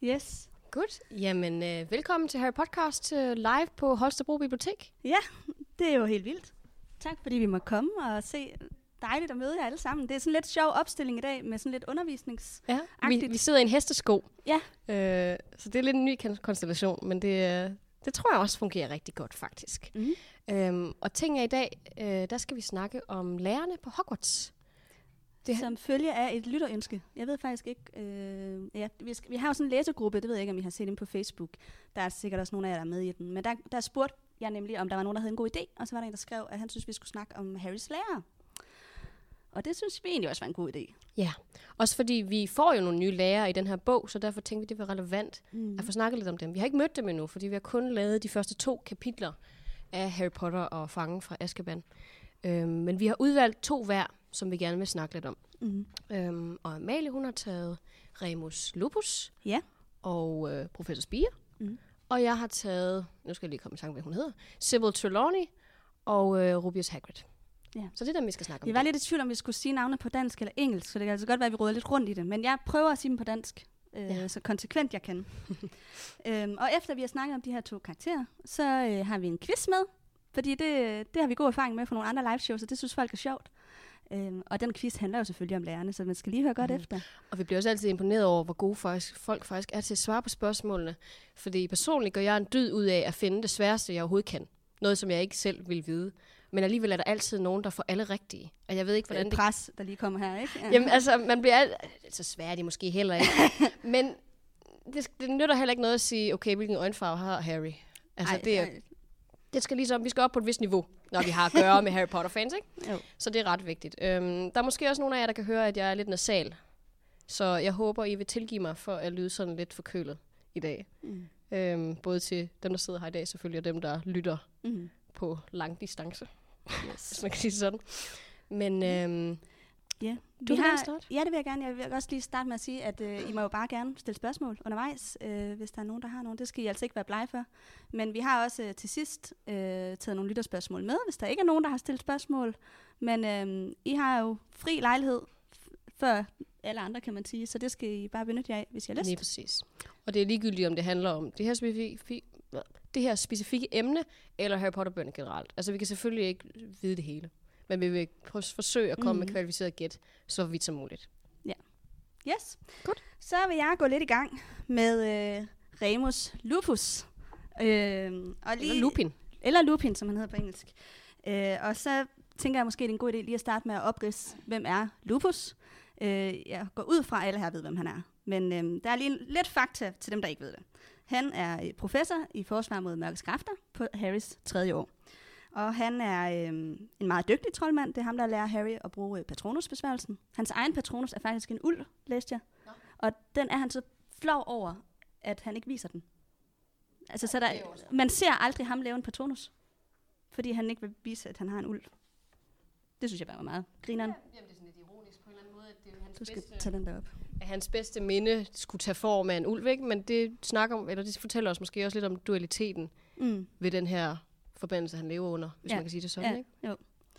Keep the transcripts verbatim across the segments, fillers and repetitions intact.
Yes. Godt. Jamen, øh, velkommen til Harry Podcast øh, live på Holstebro Bibliotek. Ja, det er jo helt vildt. Tak fordi vi må komme og se. Dejligt at møde jer alle sammen. Det er sådan lidt sjov opstilling i dag med sådan lidt undervisningsagtigt. Ja, vi, vi sidder i en hestesko. Ja. Øh, så det er lidt en ny konstellation, men det, øh, det tror jeg også fungerer rigtig godt faktisk. Mm. Øhm, og ting er i dag, øh, der skal vi snakke om lærerne på Hogwarts. Det som følge af et lytterønske. Jeg ved faktisk ikke... Øh, ja, vi, skal, vi har jo sådan en læsegruppe, det ved jeg ikke, om I har set den på Facebook. Der er sikkert også nogle af jer, der er med i den. Men der, der spurgte jeg nemlig, om der var nogen, der havde en god idé. Og så var der en, der skrev, at han synes, vi skulle snakke om Harrys lærer. Og det synes vi egentlig også var en god idé. Ja, også fordi vi får jo nogle nye lærere i den her bog, så derfor tænkte vi, det var relevant mm. at få snakket lidt om dem. Vi har ikke mødt dem endnu, fordi vi har kun lavet de første to kapitler af Harry Potter og Fangen fra Azkaban. Øhm, men vi har udvalgt to hver, som vi gerne vil snakke lidt om. Mm. Øhm, og Amalie, hun har taget Remus Lupus ja. og øh, Professor Spire. Mm. Og jeg har taget, nu skal jeg lige komme i tanke, hvad hun hedder, Sybil Trelawney og øh, Rubius Hagrid. Ja. Så det er dem, vi skal snakke om. Vi var lidt i tvivl, om vi skulle sige navne på dansk eller engelsk, så det kan altså godt være, at vi råder lidt rundt i det. Men jeg prøver at sige dem på dansk, øh, ja. så konsekvent jeg kan. øhm, og efter vi har snakket om de her to karakterer, så øh, har vi en quiz med, fordi det, det har vi god erfaring med fra nogle andre live shows, så det synes folk er sjovt. Øhm, og den quiz handler jo selvfølgelig om lærerne, så man skal lige høre godt mm. efter. Og vi bliver også altid imponeret over, hvor gode faktisk, folk faktisk er til at svare på spørgsmålene. Fordi personligt gør jeg en dyd ud af at finde det sværeste, jeg overhovedet kan. Noget, som jeg ikke selv vil vide. Men alligevel er der altid nogen, der får alle rigtige. Og jeg ved ikke, hvordan det... er pres, der lige kommer her, ikke? Ja. Jamen altså, man bliver alt... Så svært er de måske heller ikke. Men det, det nytter heller ikke noget at sige, okay, hvilken øjenfarve har Harry? Altså, ej, det er... Ej. Det skal ligesom, vi skal op på et vist niveau, når vi har at gøre med Harry Potter-fans, ikke? Jo. Så det er ret vigtigt. Øhm, der er måske også nogle af jer, der kan høre, at jeg er lidt nasal. Så jeg håber, I vil tilgive mig for at lyde sådan lidt forkølet i dag. Mm. Øhm, både til dem, der sidder her i dag selvfølgelig, og dem, der lytter mm. på lang distance. Yes. Hvis man kan sige sådan. Men øhm, yeah. du har, vil starte? Ja, det vil jeg gerne. Jeg vil også lige starte med at sige, at øh, I må jo bare gerne stille spørgsmål undervejs, øh, hvis der er nogen, der har nogen. Det skal I altså ikke være blege for. Men vi har også øh, til sidst øh, taget nogle lytterspørgsmål med, hvis der ikke er nogen, der har stillet spørgsmål. Men øh, I har jo fri lejlighed f- før alle andre, kan man sige. Så det skal I bare benytte jer af, hvis I har lyst. Lige præcis. Og det er ligegyldigt, om det handler om det her specifikke, det her specifikke emne, eller Harry Potter-bøger generelt. Altså, vi kan selvfølgelig ikke vide det hele. Men vi vil forsøge at komme mm. med kvalificeret gæt, så vidt som muligt. Ja. Yes. Godt. Så vil jeg gå lidt i gang med øh, Remus Lupus. Øh, og lige, eller Lupin. Eller Lupin, som han hedder på engelsk. Øh, og så tænker jeg måske, det er en god idé lige at starte med at opridse, hvem er Lupus. Øh, jeg går ud fra, at alle her ved, hvem han er. Men øh, der er lige en, lidt fakta til dem, der ikke ved det. Han er professor i forsvar mod mørkets kræfter på Harrys tredje år. Og han er øh, en meget dygtig troldmand. Det er ham, der lærer Harry at bruge øh, patronusbesværgelsen. Hans egen patronus er faktisk en uld, læste jeg. Nå. Og den er han så flov over, at han ikke viser den. Altså, så der, man ser aldrig ham lave en patronus, fordi han ikke vil vise, at han har en uld. Det synes jeg bare var meget grineren. Ja, jamen, det er sådan lidt ironisk på en eller anden måde, at det er hans du skal bedste, tage den derop. At hans bedste minde skulle tage form af en ulv, ikke? Men det snakker om, eller det fortæller os måske også lidt om dualiteten mm. ved den her forbandelse, han lever under, hvis ja. man kan sige det sådan, ja. ikke? Jo.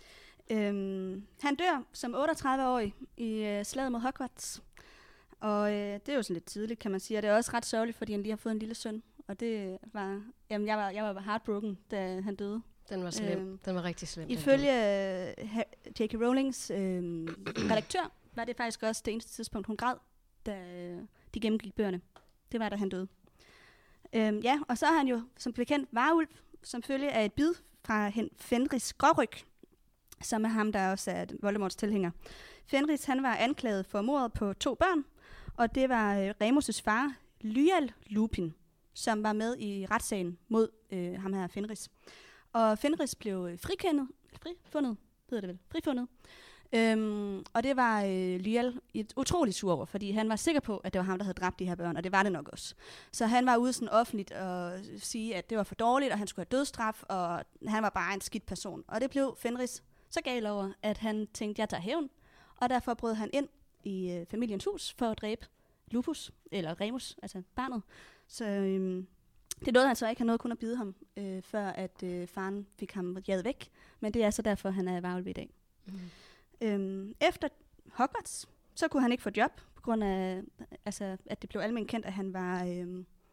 Øhm, han dør som otteogtredive-årig i øh, slaget mod Hogwarts. Og øh, det er jo sådan lidt tidligt, kan man sige. Og det er også ret sørgeligt, fordi han lige har fået en lille søn. Og det var... Jamen, jeg var, jeg var heartbroken, da han døde. Den var slem. Øhm, den var rigtig slem. Ifølge øh, J K Rowlings øh, redaktør, var det faktisk også det eneste tidspunkt, hun græd, da øh, de gennemgik bøgerne. Det var, da han døde. Øhm, ja, og så er han jo som bekendt varulv, som følge af et bid fra Fenris Gråryg, som er ham, der også er Voldemorts tilhænger. Fenris, han var anklaget for mordet på to børn, og det var øh, Remus' far, Lyal Lupin, som var med i retssagen mod øh, ham her Fenris. Og Fenris blev frikendet, frifundet, hedder det vel, frifundet. Øhm, og det var øh, Lyal et utroligt sur over, fordi han var sikker på, at det var ham, der havde dræbt de her børn, og det var det nok også. Så han var ude sådan offentligt og sige, at det var for dårligt, og han skulle have dødsstraf, og han var bare en skidt person. Og det blev Fenris så gal over, at han tænkte, jeg tager hævn, og derfor brød han ind i øh, familiens hus for at dræbe Lupus, eller Remus, altså barnet. Så øhm, det nåede han så ikke, han nåede kun at bide ham, øh, før at øh, faren fik ham jaget væk, men det er så derfor, han er varulv i dag. Mm. Øhm, efter Hogwarts, så kunne han ikke få job, på grund af, altså, at det blev almindeligt kendt, at han var øh,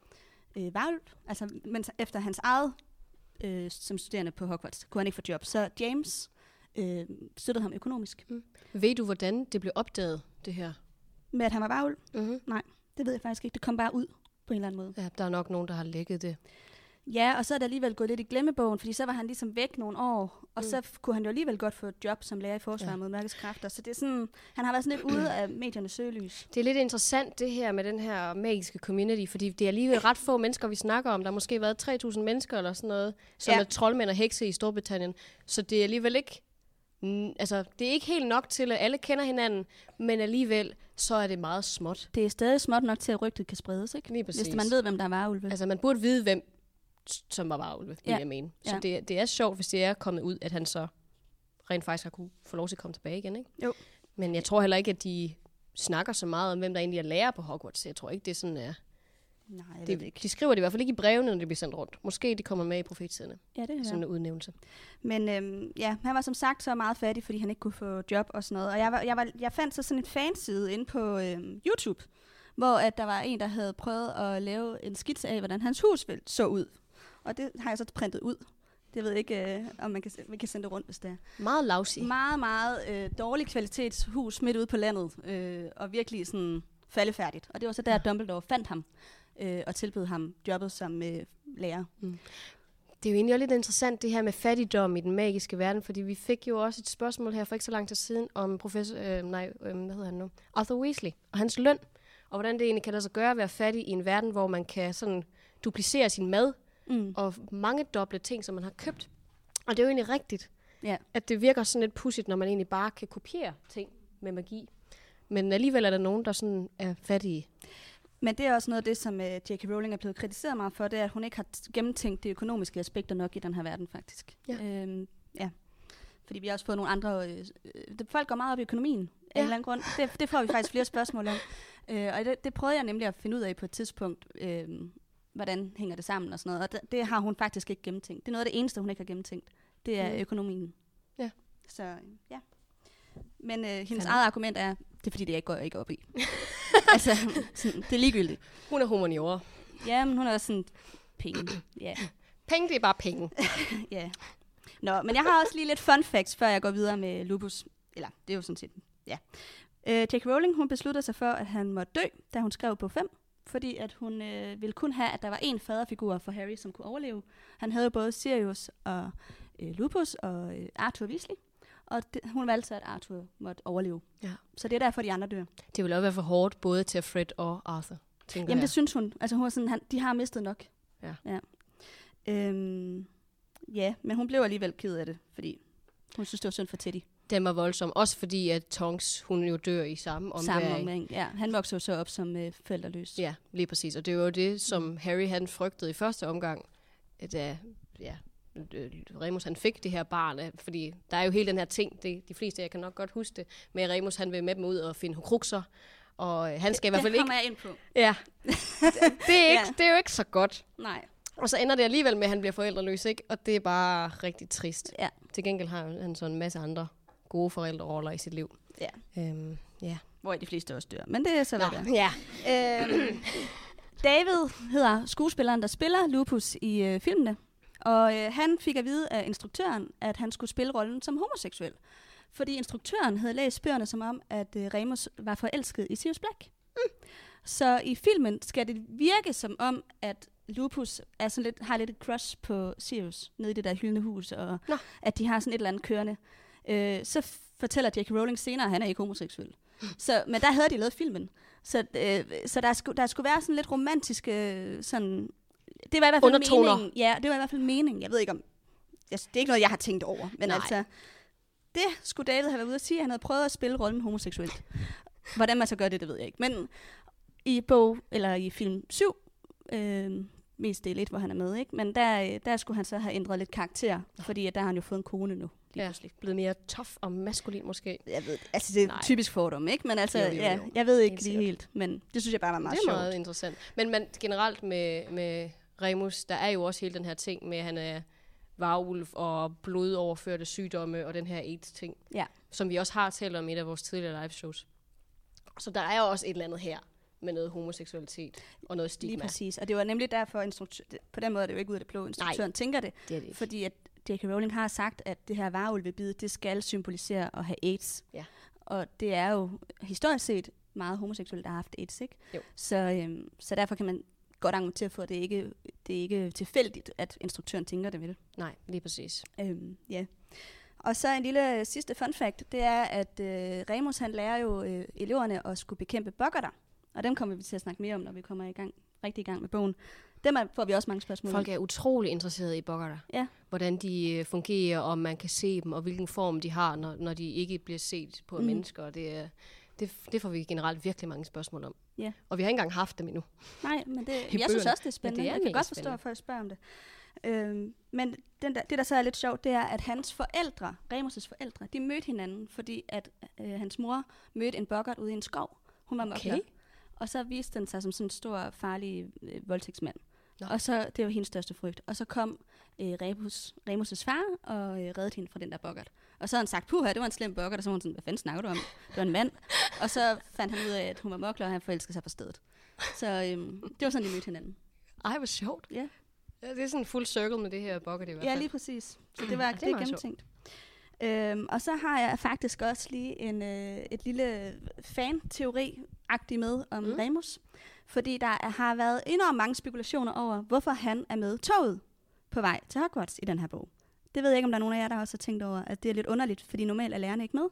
øh, varulv. Altså, men efter hans eget øh, som studerende på Hogwarts, kunne han ikke få job. Så James øh, støttede ham økonomisk. Mm. Ved du, hvordan det blev opdaget, det her? Med at han var varulv? Mm-hmm. Nej, det ved jeg faktisk ikke. Det kom bare ud på en eller anden måde. Ja, der er nok nogen, der har lækket det. Ja, og så er det alligevel gået lidt i glemmebogen, fordi så var han ligesom væk nogle år, og mm. så f- kunne han jo alligevel godt få et job som lærer i forsvar ja. mod mørkets kræfter. Så det er sådan, han har været sådan lidt ude af mediernes søgelys. Det er lidt interessant det her med den her magiske community, fordi det er alligevel ret få mennesker, vi snakker om. Der har måske været tre tusind mennesker eller sådan noget, som ja. er troldmænd og hekse i Storbritannien. Så det er alligevel ikke, mm, altså det er ikke helt nok til, at alle kender hinanden, men alligevel så er det meget småt. Det er stadig småt nok til, at rygtet kan spredes, ikke? Lige præcis. Hvis man ved, hvem der er varulve. Altså man burde vide, hvem som var varulve, vil ja. jeg mene. Så ja. det, det er sjovt, hvis det er kommet ud, at han så rent faktisk har kunne få lov til at komme tilbage igen, ikke? Jo. Men jeg tror heller ikke, at de snakker så meget om, hvem der egentlig er lærer på Hogwarts. Jeg tror ikke, det er sådan, at Nej, jeg det, ved ikke. De skriver det i hvert fald ikke i brevene, når det bliver sendt rundt. Måske de kommer med i profetiderne. Ja, det er sådan en udnævnelse. Men øhm, ja, han var som sagt så meget fattig, fordi han ikke kunne få job og sådan noget. Og jeg, var, jeg, var, jeg fandt så sådan en fanside inde på øhm, YouTube, hvor at der var en, der havde prøvet at lave en skitse af, hvordan hans hus så ud. Og det har jeg så printet ud. Det ved jeg ikke, øh, om man kan, vi kan sende det rundt, hvis det er. Meget lousy. Meget, meget øh, dårlig kvalitetshus midt ude på landet. Øh, og virkelig sådan faldefærdigt. Og det var så der, Dumbledore fandt ham øh, og tilbød ham jobbet som øh, lærer. Mm. Det er jo egentlig også lidt interessant, det her med fattigdom i den magiske verden, fordi vi fik jo også et spørgsmål her for ikke så lang tid siden om professor, øh, nej, øh, hvad hedder han nu? Arthur Weasley og hans løn, og hvordan det egentlig kan lade sig gøre at være fattig i en verden, hvor man kan sådan duplicere sin mad, Mm. og mange doble ting, som man har købt. Og det er jo egentlig rigtigt, ja. at det virker sådan lidt pudsigt, når man egentlig bare kan kopiere ting med magi. Men alligevel er der nogen, der sådan er fattige. Men det er også noget af det, som uh, J K. Rowling er blevet kritiseret meget for, det er, at hun ikke har gennemtænkt de økonomiske aspekter nok i den her verden, faktisk. Ja. Øhm, ja. Fordi vi har også fået nogle andre... Øh, øh, folk går meget op i økonomien ja. af en eller anden grund. Det, det får vi faktisk flere spørgsmål om. Øh, og det, det prøvede jeg nemlig at finde ud af på et tidspunkt... Øh, hvordan hænger det sammen og sådan noget. Og det, det har hun faktisk ikke gennemtænkt. Det er noget af det eneste, hun ikke har gennemtænkt. Det er mm. økonomien. Ja. Så, ja. Men øh, hendes eget argument er, det er fordi, det jeg går ikke op i. altså, sådan, det er ligegyldigt. Hun er humaniora. Ja, men hun er også sådan, penge. Yeah. Penge, det er bare penge. ja. Nå, men jeg har også lige lidt fun facts, før jeg går videre med Lupus. Eller, det er jo sådan set, ja. Øh, J K. Rowling, hun besluttede sig for, at han måtte dø, da hun skrev på fem. Fordi at hun øh, ville kun have, at der var en faderfigur for Harry, som kunne overleve. Han havde jo både Sirius og øh, Lupus og øh, Arthur Weasley. Og det, hun valgte så, at Arthur måtte overleve. Ja. Så det er derfor, de andre dør. Det ville også være for hårdt, både til Fred og Arthur. Jamen, jeg. det synes hun. Altså, hun var sådan, han, de har mistet nok. Ja. Ja. Øhm, ja, men hun blev alligevel ked af det, fordi hun synes, det var synd for Teddy. Den var voldsom. Også fordi, at Tonks, hun jo dør i samme ombæring. Samme ombæring, ja. Han voksede jo så op som øh, forældreløs. Ja, lige præcis. Og det var jo det, som mm. Harry han frygtede i første omgang, da ja, Remus han fik det her barn. Fordi der er jo hele den her ting, det, de fleste, jeg kan nok godt huske det, med Remus han vil med dem ud og finde horcruxer. Og han skal det, i hvert fald ikke... Det kommer jeg ind på. Ja, det, det, er ikke, ja. det er jo ikke så godt. Nej. Og så ender det alligevel med, at han bliver forældreløs, ikke? Og det er bare rigtig trist. Ja. Til gengæld har han så en masse andre gode forældreroller i sit liv. Ja. Øhm, ja. Hvor de fleste også dør. Men det er så, hvad Nå, det er. Ja. Øhm, David hedder skuespilleren, der spiller Lupus i øh, filmene. Og øh, han fik at vide af instruktøren, at han skulle spille rollen som homoseksuel. Fordi instruktøren havde læst bøgerne som om, at øh, Remus var forelsket i Sirius Black. Mm. Så i filmen skal det virke som om, at Lupus er sådan lidt, har lidt et crush på Sirius nede i det der hyldende hus, og Nå. at de har sådan et eller andet kørende. Øh, så fortæller J K. Rowling senere, at han er ikke homoseksuel. Mm. Så, men der havde de lavet filmen. Så, øh, så der, skulle, der skulle være sådan lidt romantiske sådan... Det var i hvert fald undertoner. meningen. Ja, det var i hvert fald meningen. Jeg ved ikke om... Jeg, det er ikke noget, jeg har tænkt over. Men Nej. altså... Det skulle David have været ude at sige, at han havde prøvet at spille rollen homoseksuelt. Hvordan man så gør det, det ved jeg ikke. Men i bog, eller i film syv, øh, mest del et, hvor han er med, ikke? Men der, der skulle han så have ændret lidt karakter, fordi at der har han jo fået en kone nu. Ja, blevet mere tough og maskulin måske. Jeg ved, altså det er Nej. typisk fordom, ikke? Men altså, jo, jo, jo. Ja, jeg ved ikke lige helt, men det synes jeg bare var meget sjovt. Det er meget sjovt. Interessant. Men man, generelt med, med Remus, der er jo også hele den her ting med, at han er varulv og blodoverførte sygdomme og den her AIDS-ting, ja. som vi også har talt om i et af vores tidligere live shows. Så der er jo også et eller andet her med noget homoseksualitet og noget stigma. Lige præcis. Og det var nemlig derfor, instruktør, på den måde er det jo ikke ud af det blå, instruktøren Nej, tænker det. det, er det ikke. Fordi at J K. Rowling har sagt, at det her varulvebid, det skal symbolisere at have AIDS. Ja. Og det er jo historisk set meget homoseksuelt, der har haft AIDS, ikke? Jo. Så, øhm, så derfor kan man godt argumentere for, at det ikke det er ikke tilfældigt, at instruktøren tænker det vel. Nej, lige præcis. Øhm, ja. Og så en lille sidste fun fact, det er, at øh, Remus han lærer jo øh, eleverne at skulle bekæmpe boggerter. Og dem kommer vi til at snakke mere om, når vi kommer i gang, rigtig i gang med bogen. Dem er, får vi også mange spørgsmål. Folk er utrolig interesserede i boggerter. Ja. Hvordan de fungerer, om man kan se dem, og hvilken form de har, når, når de ikke bliver set på mm. mennesker. Det, det, det får vi generelt virkelig mange spørgsmål om. Ja. Og vi har ikke engang haft dem endnu. Nej, men det, jeg synes også, det er spændende. Ja, det er jeg kan godt forstå, spændende. at folk spørger om det. Øhm, men den der, det, der så er lidt sjovt, det er, at hans forældre, Remus' forældre, de mødte hinanden, fordi at øh, hans mor mødte en boggert ude i en skov. Hun var Okay. mokler. Og så viste den sig som sådan en stor, farlig øh, voldtægtsmand. Nå. Og så, det var hendes største frygt. Og så kom øh, Remus, Remus' far og øh, reddede hende fra den der boggert. Og så havde han sagt, puha, det var en slem boggert. Og så var hun sådan, hvad fanden snakker du om? Det var en mand. Og så fandt han ud af, at hun var mokler, og han forelskede sig på stedet. Så øh, det var sådan, de mødte hinanden. Ej, hvor sjovt. Ja. Ja, det er sådan en full circle med det her boggert i hvert fald. Ja, lige præcis. Så det var Ja, det er det er meget gennemtænkt. Øhm, og så har jeg faktisk også lige en, øh, et lille fan-teori-agtigt med om Mm. mm. Remus. Fordi der er, har været enormt mange spekulationer over, hvorfor han er med toget på vej til Hogwarts i den her bog. Det ved jeg ikke, om der er nogen af jer, der også har tænkt over, at det er lidt underligt, fordi normalt er lærerne ikke med.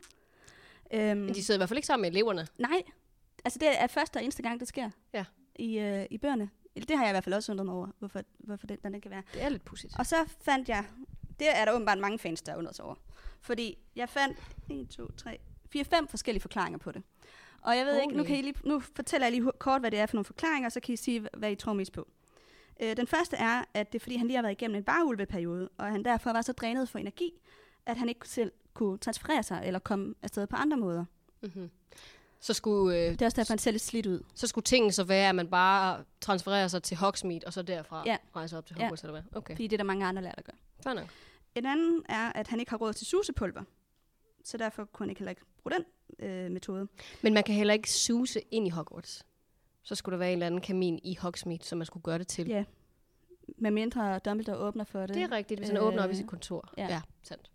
Øhm, Men de sidder i hvert fald ikke sammen med eleverne. nej, altså det er første og eneste gang, det sker Ja. i, øh, i bøgerne. Det har jeg i hvert fald også undret mig over, hvorfor, hvorfor det, den kan være. Det er lidt pudsigt. Og så fandt jeg, det er der åbenbart mange fans, der undrer sig over. Fordi jeg fandt en, to, tre, fire, fem forskellige forklaringer på det. Og jeg ved Holy. ikke, nu, kan I lige, nu fortæller jeg lige hu- kort, hvad det er for nogle forklaringer, og så kan I sige, hvad I tror mest på. Øh, den første er, at det er fordi, han lige har været igennem en varulveperiode, og han derfor var så drænet for energi, at han ikke selv kunne transferere sig, eller komme afsted på andre måder. Mm-hmm. Så skulle, øh, Det er også derfor, han ser lidt slidt ud. så skulle tingene så være, at man bare transfererer sig til Hogsmeade, og så derfra Ja. rejser op til Ja. Hogwarts, eller hvad? Okay, Fordi det er der mange andre lærere, der gør. fair nok. En anden er, at han ikke har råd til susepulver. Så derfor kunne han ikke heller ikke bruge den øh, metode. Men man kan heller ikke suse ind i Hogwarts. Så skulle der være en eller anden kamin i Hogsmeade, som man skulle gøre det til. Ja. Med mindre Dumbledore åbner for det. Det er rigtigt, hvis han Øh, åbner op i sit kontor. ja. Ja, sandt.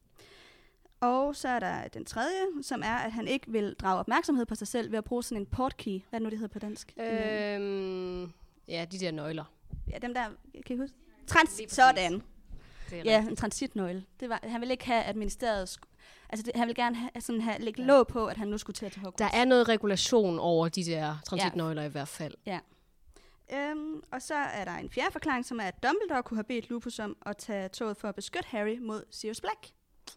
Og så er der den tredje, som er, at han ikke vil drage opmærksomhed på sig selv ved at bruge sådan en portkey. Hvad er det nu, det hedder på dansk? Øhm, ja, de der nøgler. Ja, dem der, kan I huske? Trans- Lige præcis. sådan. Det er Ja, rigtigt. en transitnøgle. Det var, han ville ikke have, at ministeriet skulle... Altså, det, han ville gerne have, sådan have, lægge låg på, at han nu skulle til at tage Hogwarts. Der er noget regulation over de der transitnøgler i hvert fald. Øhm, og så er der en fjerde forklaring, som er, at Dumbledore kunne have bedt Lupus om at tage toget for at beskytte Harry mod Sirius Black.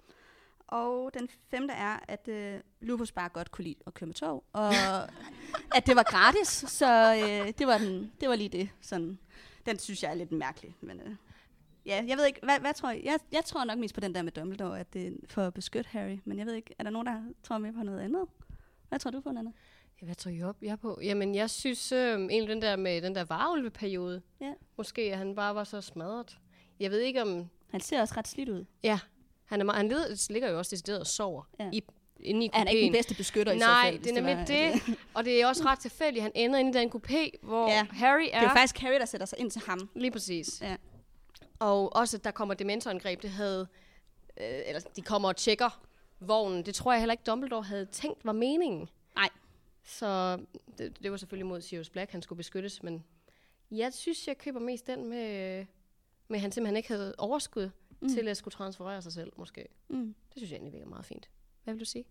Og den femte er, at øh, Lupus bare godt kunne lide at køre med tog, og at det var gratis, så øh, det, var den, det var lige det. Sådan. Den synes jeg er lidt mærkelig. Men, øh, ja, jeg ved ikke, hvad, hvad tror I? Jeg, jeg tror nok mest på den der med Dumbledore, at det er for at beskytte Harry, men jeg ved ikke, er der nogen, der tror med på noget andet? Hvad tror du på, Nana? Ja, hvad tror I op? Jeg er på? Jamen, jeg synes øh, egentlig den der med den der varulveperiode, Ja. måske at han bare var så smadret. Jeg ved ikke om... Han ser også ret slidt ud. Ja, han, er meget, han led, ligger jo også decideret og sover Ja. i, inde i Er han ikke den kupéen. bedste beskytter i Nej, så fald? det er nemlig det. Og det er også ret tilfældigt. Han ender inde i den kupé, hvor Ja. Harry er. Det er jo faktisk Harry, der sætter sig ind til ham. Lige præcis. Ja. Og også, at der kommer dementorangreb. Det havde... Øh, eller de kommer og tjekker vognen. Det tror jeg heller ikke, Dumbledore havde tænkt var meningen. Nej. Så det, det var selvfølgelig mod Sirius Black, han skulle beskyttes. Men jeg synes, jeg køber mest den med, med at han simpelthen ikke havde overskud mm. til at skulle transferere sig selv, måske. Mm. Det synes jeg egentlig virker meget fint. Hvad vil du sige?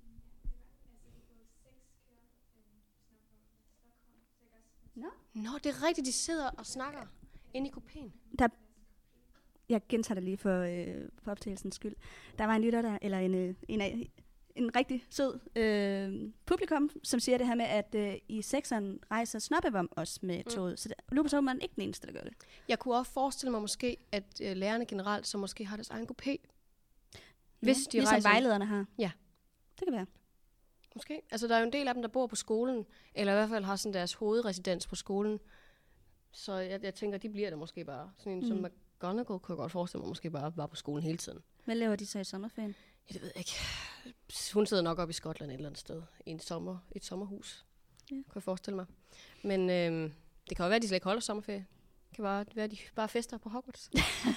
Nå. Nå, det er rigtigt, de sidder og snakker inde i kupéen. Der, jeg gentager det lige for, øh, for optagelsens skyld. Der var en lytter, der, eller en, øh, en, af, en rigtig sød øh, publikum, som siger det her med, at øh, i sekseren rejser Snobbevom også med Mm. toget. Så der, Lupus er man ikke den eneste, der gør det. Jeg kunne også forestille mig måske, at øh, lærerne generelt så måske har deres egen kupé. Hvis de ligesom rejser- vejlederne har. Ja. Det kan være. Måske. Altså, der er jo en del af dem, der bor på skolen, eller i hvert fald har sådan deres hovedresidens på skolen. Så jeg, jeg tænker, de bliver der måske bare. Sådan en mm. som McGonagall kunne jeg godt forestille mig, måske bare var på skolen hele tiden. Hvad laver de så i sommerferien? Ja, det ved jeg ikke. Hun sidder nok oppe i Skotland et eller andet sted, i en sommer, et sommerhus. yeah. Kunne jeg forestille mig. Men øh, det kan jo være, at de slet ikke holder sommerferie. Det kan bare være, at de bare fester på Hogwarts.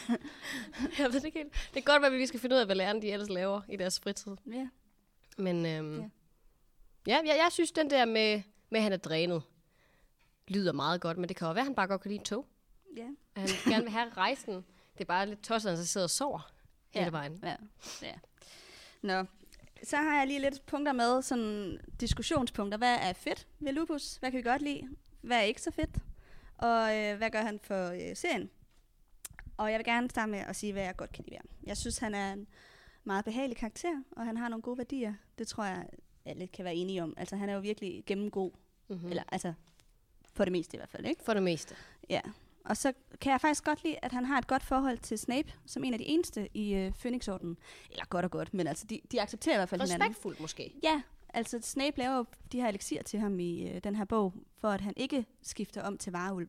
Jeg ved det ikke helt. Det kan godt være, at vi skal finde ud af, hvad lærerne de ellers laver i deres fritid. Ja. Yeah. Men øhm, yeah. ja, jeg, jeg synes, den der med, med, at han er drænet, lyder meget godt. Men det kan jo være, at han bare godt kan lide en tog. Ja. Yeah. Han gerne vil have rejsen. Det er bare lidt tosset, at han sidder og sover hele ja. vejen. Ja. Ja. Nå, så har jeg lige lidt punkter med, sådan diskussionspunkter. Hvad er fedt ved Lupus? Hvad kan vi godt lide? Hvad er ikke så fedt? Og øh, hvad gør han for øh, serien? Og jeg vil gerne starte med at sige, hvad jeg godt kan lide ved ham. Jeg synes, han er en meget behagelig karakter, og han har nogle gode værdier. Det tror jeg, alle kan være enige om. Altså, han er jo virkelig gennemgod. Mm-hmm. Eller, altså, for det meste i hvert fald, ikke? For det meste. Ja. Og så kan jeg faktisk godt lide, at han har et godt forhold til Snape, som en af de eneste i øh, Phoenix-ordenen. Eller godt og godt, men altså, de, de accepterer i hvert fald hinanden. Respektfuldt måske. Ja, altså Snape laver jo de her elixier til ham i øh, den her bog, for at han ikke skifter om til varulv.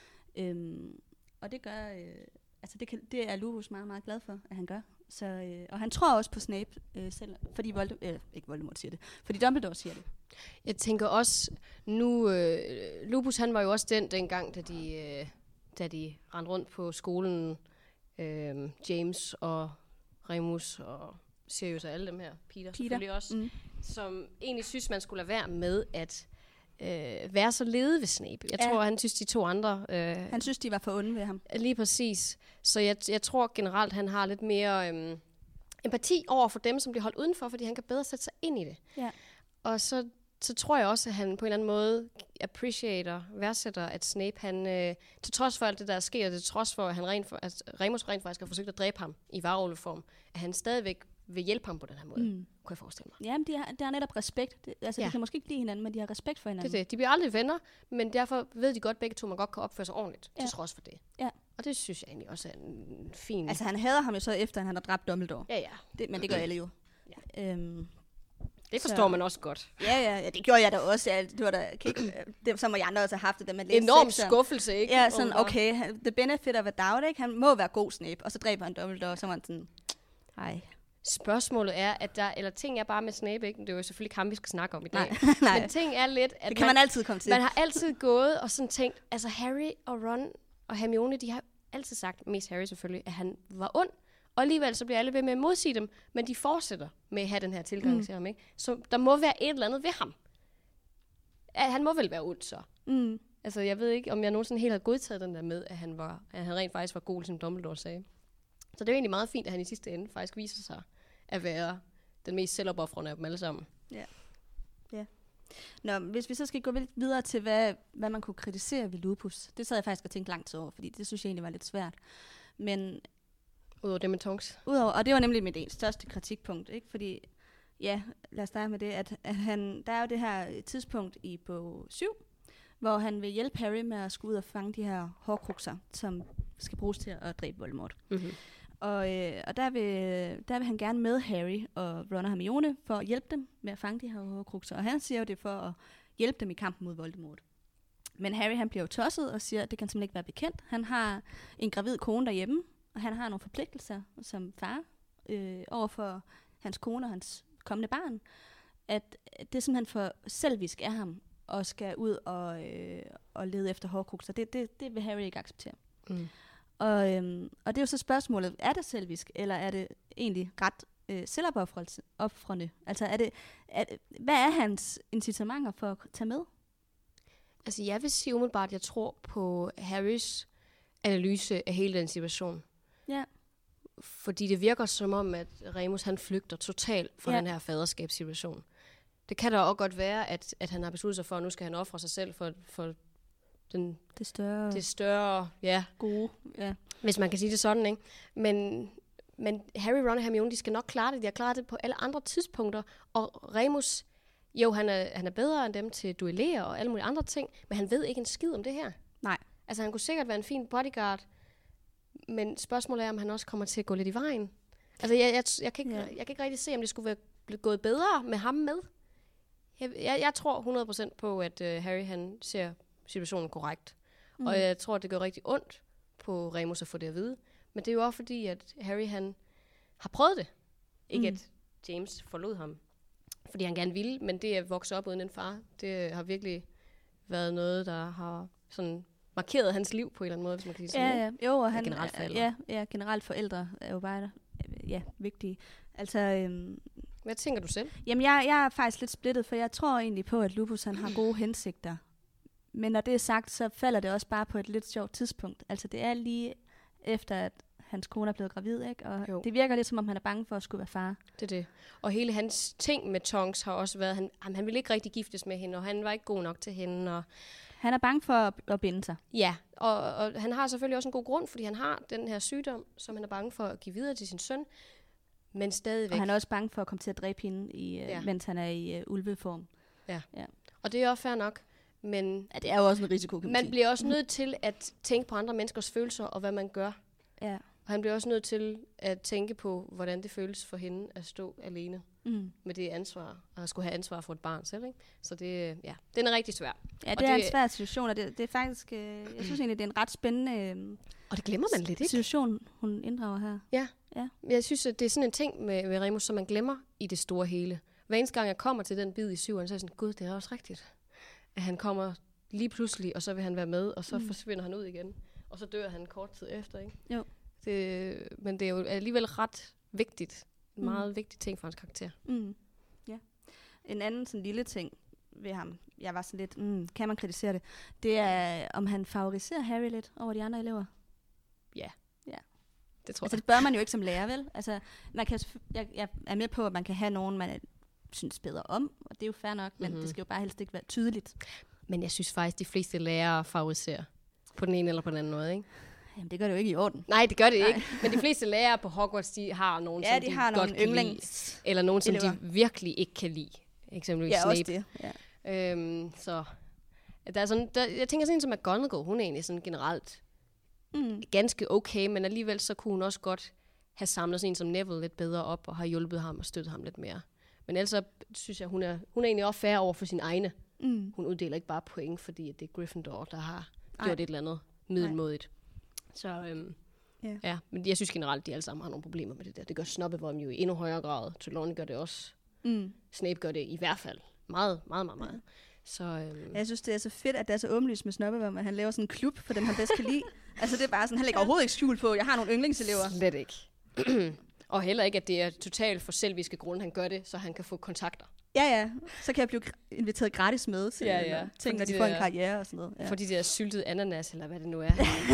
Øhm, og det gør, øh, altså det, kan, det er Lupus meget, meget glad for, at han gør. Så, øh, og han tror også på Snape, øh, selv, fordi Voldemort, øh, ikke Voldemort siger det, fordi Dumbledore siger det. Jeg tænker også, nu, øh, Lupus han var jo også den dengang, da de, øh, da de rendte rundt på skolen, øh, James og Remus og Sirius og alle dem her, Peter, Peter. selvfølgelig også, mm. som egentlig synes, man skulle lade være med at øh, være så lede ved Snape. Jeg ja. tror, han synes, de to andre... Øh, han synes, de var for onde ved ham. Lige præcis. Så jeg, jeg tror generelt, han har lidt mere øh, empati over for dem, som bliver holdt udenfor, fordi han kan bedre sætte sig ind i det. Ja. Og så, så tror jeg også, at han på en eller anden måde appreciater, værdsætter, at Snape, han, øh, til trods for alt det, der er sket, og til trods for, at, han rent for, at Remus rent faktisk har forsøgt at dræbe ham i varulveform, at han stadigvæk vil hjælpe ham på den her måde, mm. kunne jeg forestille mig. Jamen, de har, de har netop respekt. Det, altså, ja. de kan måske ikke lide hinanden, men de har respekt for hinanden. Det er det. De bliver aldrig venner, men derfor ved de godt begge to, man godt kan opføre sig ordentligt, ja. til trods for det. Ja. Og det synes jeg egentlig også er en fin... Altså, han hader ham jo så efter, at han har dræbt Dumbledore. Ja, ja. Det, men det gør alle jo. Ja. Øhm, det forstår så. Man også godt. Ja, ja, ja, det gjorde jeg da også. Ja, det var da, det, så må jeg andre også have haft det, da man læste enorm skuffelse, ikke? Ja, sådan, okay, the benefit of a doubt, ikke? Han må være god Snape, og så dræber han Dumbledore, og så var han sådan, ej... Spørgsmålet er, at der, eller ting er bare med Snape, ikke? Det er jo selvfølgelig ikke ham, vi skal snakke om i dag. Nej, nej. Men ting er lidt, at det kan man, man altid komme til. Man har altid gået og sådan tænkt, altså Harry og Ron og Hermione, de har altid sagt, mest Harry selvfølgelig, at han var ond. Og alligevel så bliver alle ved med at modsige dem, men de fortsætter med at have den her tilgang mm. til ham, ikke? Så der må være et eller andet ved ham. At han må vel være ond så. Mm. Altså jeg ved ikke, om jeg nogensinde helt har godtaget den der med, at han, var, at han rent faktisk var god, som Dumbledore sagde. Så det er jo egentlig meget fint, at han i sidste ende faktisk viser sig at være den mest selvopoffrende af dem alle sammen. Ja. Ja. Nå, hvis vi så skal gå videre til, hvad, hvad man kunne kritisere ved Lupus. Det sad jeg faktisk og tænkte lang tid over, fordi det synes jeg egentlig var lidt svært. Men... Udover det med Tonks. Udover, og det var nemlig mit største kritikpunkt, ikke? Fordi, ja, lad os starte med det, at, at han, der er jo det her tidspunkt i bog syv, hvor han vil hjælpe Harry med at skulle ud og fange de her hårkrukser, som skal bruges til at dræbe Voldemort. Mm-hmm. Og, øh, og der, vil, der vil han gerne med Harry og Ron og Hermione for at hjælpe dem med at fange de her hårkrukser. Og han siger jo det for at hjælpe dem i kampen mod Voldemort. Men Harry han bliver jo tosset og siger, at det kan simpelthen ikke være bekendt. Han har en gravid kone derhjemme, og han har nogle forpligtelser som far øh, over for hans kone og hans kommende barn. At det er simpelthen for selvisk af ham og skal ud og, øh, og lede efter hårkrukser. Det, det, det vil Harry ikke acceptere. Mm. Og, øhm, og det er jo så spørgsmålet, er det selvisk, eller er det egentlig ret øh, selvopoffrende? Altså, er det, er det, hvad er hans incitamenter for at tage med? Altså, jeg vil sige umiddelbart, at jeg tror på Harrys analyse af hele den situation. Ja. Fordi det virker som om, at Remus han flygter totalt fra ja. den her faderskabssituation. Det kan da også godt være, at, at han har besluttet sig for, at nu skal han ofre sig selv for, for den, det større, det større ja. gode, ja. Hvis man kan sige det sådan, ikke? Men, men Harry, Ron og Hermione, de skal nok klare det. De har klaret det på alle andre tidspunkter. Og Remus, jo, han er, han er bedre end dem til at duellere og alle mulige andre ting, men han ved ikke en skid om det her. Nej. Altså, han kunne sikkert være en fin bodyguard, men spørgsmålet er, om han også kommer til at gå lidt i vejen. Altså, jeg, jeg, jeg, kan, ikke, ja. jeg kan ikke rigtig se, om det skulle være gået bedre med ham med. Jeg, jeg, jeg tror hundrede procent på, at uh, Harry, han ser situationen korrekt. Mm. Og jeg tror, det gør rigtig ondt på Remus at få det at vide. Men det er jo også fordi, at Harry, han har prøvet det. Ikke mm. at James forlod ham, fordi han gerne ville, men det at vokse op uden en far, det har virkelig været noget, der har sådan markeret hans liv på en eller anden måde, hvis man kan sige sådan. Ja, ja. Jo, og han, generelt forældre. Ja, ja, generelt forældre er jo bare ja, vigtige. Altså, øhm, hvad tænker du selv? Jamen, jeg, jeg er faktisk lidt splittet, for jeg tror egentlig på, at Lupus han har gode hensigter. Men når det er sagt, så falder det også bare på et lidt sjovt tidspunkt. Altså, det er lige efter, at hans kone er blevet gravid, ikke? Og jo. Det virker lidt, som om han er bange for at skulle være far. Det er det. Og hele hans ting med Tonks har også været, han, han ville ikke rigtig giftes med hende, og han var ikke god nok til hende. Og han er bange for at, at binde sig. Ja, og, og han har selvfølgelig også en god grund, fordi han har den her sygdom, som han er bange for at give videre til sin søn. Men stadigvæk. Og han er også bange for at komme til at dræbe hende, i, ja. mens han er i uh, ulveform. Ja. ja, og det er også fair nok. Men ja, det er jo også en risiko, kan man Man sige. bliver også nødt til at tænke på andre menneskers følelser, og hvad man gør. Ja. Og han bliver også nødt til at tænke på, hvordan det føles for hende at stå alene mm. med det ansvar, og at skulle have ansvar for et barn selv. Ikke? Så det, ja, den er rigtig svær. Ja, det, det er en svær situation, og det, det er faktisk, øh, jeg synes egentlig, det er en ret spændende øh, og det glemmer man lidt, ikke? situation, hun inddrager her. Ja. ja, jeg synes, at det er sådan en ting med, med Remus, som man glemmer i det store hele. Hver eneste gang, jeg kommer til den bid i syveren, så er jeg sådan, gud, det er også rigtigt. At han kommer lige pludselig, og så vil han være med, og så mm. forsvinder han ud igen. Og så dør han kort tid efter, ikke? Jo. Det, men det er jo alligevel ret vigtigt. En meget mm. vigtig ting for hans karakter. Mm. Ja. En anden sådan lille ting ved ham, jeg var sådan lidt, mm, kan man kritisere det, det er, om han favoriserer Harry lidt over de andre elever. Ja. Ja. Det tror altså, jeg. det bør man jo ikke som lærer, vel? Altså, man kan, jeg, jeg er med på, at man kan have nogen, man synes bedre om, og det er jo fair nok, men mm-hmm. det skal jo bare helst ikke være tydeligt. Men jeg synes faktisk, de fleste lærere favoriserer på den ene eller på den anden måde, ikke? Jamen, det gør det jo ikke i orden. Nej, det gør det Nej. ikke. Men de fleste lærere på Hogwarts, de har nogen, ja, som de, de har godt nogle kan yndlings lide. Eller nogen, som elever. de virkelig ikke kan lide. Eksempelvis ja, Snape. Også det. Ja. Øhm, så der er sådan, der, jeg tænker sådan en som McGonagall, hun er egentlig sådan generelt mm. ganske okay, men alligevel så kunne hun også godt have samlet sådan en som Neville lidt bedre op, og har hjulpet ham og støttet ham lidt mere. Men ellers så synes jeg, hun er, hun er egentlig også fair over for sine egne. Mm. Hun uddeler ikke bare point, fordi det er Gryffindor, der har Ej. gjort et eller andet middelmådigt. Så øhm, yeah. ja, men jeg synes generelt, de alle sammen har nogle problemer med det der. Det gør Snobbevom jo i endnu højere grad. Trelawney gør det også. Mm. Snape gør det i hvert fald meget, meget, meget, meget. Ja. Så, øhm, jeg synes, det er så fedt, at det er så åbenlyst med Snobbevom, at han laver sådan en klub for dem, han bedst kan lide. Altså det er bare sådan, han lægger overhovedet ikke skjul på, jeg har nogle yndlingselever. Slet ikke. Og heller ikke, at det er totalt for selviske grunde, han gør det, så han kan få kontakter. Ja, ja. Så kan jeg blive inviteret gratis med til ja, ja. ting, når de, de får en karriere og sådan noget. Ja. For de der syltede ananas, eller hvad det nu er.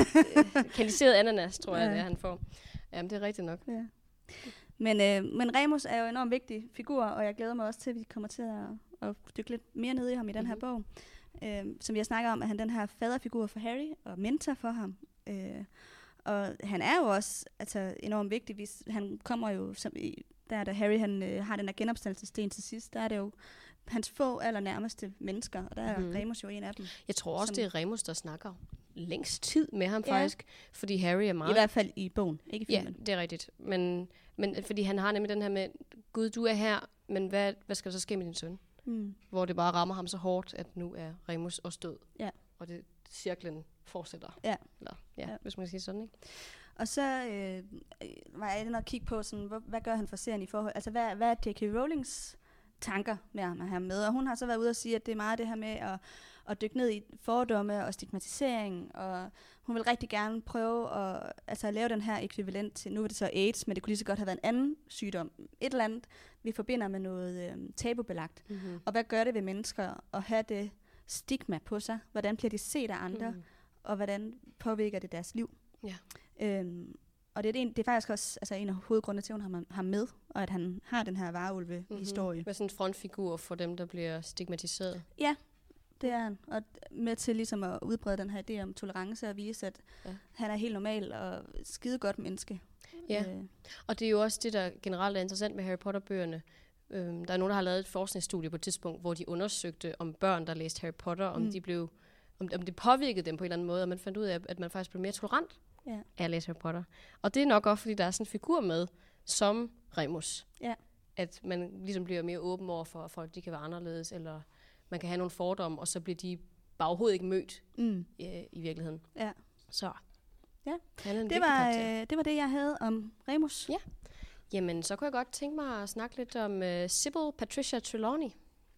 Kaliseret ananas, tror jeg, ja. det er, han får. Jamen, det er rigtigt nok. Ja. Men, øh, men Remus er jo en enormt vigtig figur, og jeg glæder mig også til, at vi kommer til at, at dykke lidt mere ned i ham i den her mm-hmm. bog. Øh, som jeg snakker om, at han den her faderfigur for Harry, og mentor for ham. Øh, og han er jo også altså, enormt vigtig. Hvis han kommer jo, som i, der da Harry han, øh, har den der genopstandelsesten til sidst, der er det jo hans få allernærmeste mennesker, og der er mm. Remus jo en af dem. Jeg tror også, som, det er Remus, der snakker længst tid med ham ja. faktisk, fordi Harry er meget... I hvert fald i bogen, ikke i filmen. Ja, det er rigtigt. Men, men fordi han har nemlig den her med, Gud, du er her, men hvad, hvad skal der så ske med din søn? Mm. Hvor det bare rammer ham så hårdt, at nu er Remus også død. Ja. Og det cirklen fortsætter. Ja. Eller, ja, ja. Hvis man kan sige sådan, ikke? Og så øh, var jeg inde og kigge på, sådan, hvad, hvad gør han for serien i forhold... Altså, hvad, hvad er J K. Rowlings tanker med ham her med? Og hun har så været ude og sige, at det er meget det her med at, at dykke ned i fordomme og stigmatisering, og hun vil rigtig gerne prøve at, altså, at lave den her ekvivalent til, nu er det så AIDS, men det kunne lige så godt have været en anden sygdom. Et eller andet, vi forbinder med noget øh, tabubelagt. Mm-hmm. Og hvad gør det ved mennesker at have det stigma på sig? Hvordan bliver de set af andre? Mm. Og hvordan påvirker det deres liv? Ja. Øhm, og det er, en, det er faktisk også altså, en af hovedgrundene til, at hun har ham med, og at han har den her varulve-historie. Mm-hmm. Med sådan en frontfigur for dem, der bliver stigmatiseret. Ja, det er han. Og med til ligesom at udbrede den her idé om tolerance og vise, at ja. han er helt normal og skide godt menneske. Ja, øh. og det er jo også det, der generelt er interessant med Harry Potter-bøgerne. Øhm, der er nogen, der har lavet et forskningsstudie på et tidspunkt, hvor de undersøgte om børn, der læste Harry Potter, om mm. de blev... Om, om det påvirkede dem på en eller anden måde, og man fandt ud af, at man faktisk blev mere tolerant ja. af at læse Harry Potter. Og det er nok også, fordi der er sådan en figur med, som Remus. Ja. At man ligesom bliver mere åben over for, at folk de kan være anderledes, eller man kan have nogle fordomme, og så bliver de bare overhovedet ikke mødt mm. i, i virkeligheden. Ja. Så. Ja. Det var, øh, det var det, jeg havde om Remus. Ja. Jamen, så kunne jeg godt tænke mig at snakke lidt om uh, Sybil Patricia Trelawney.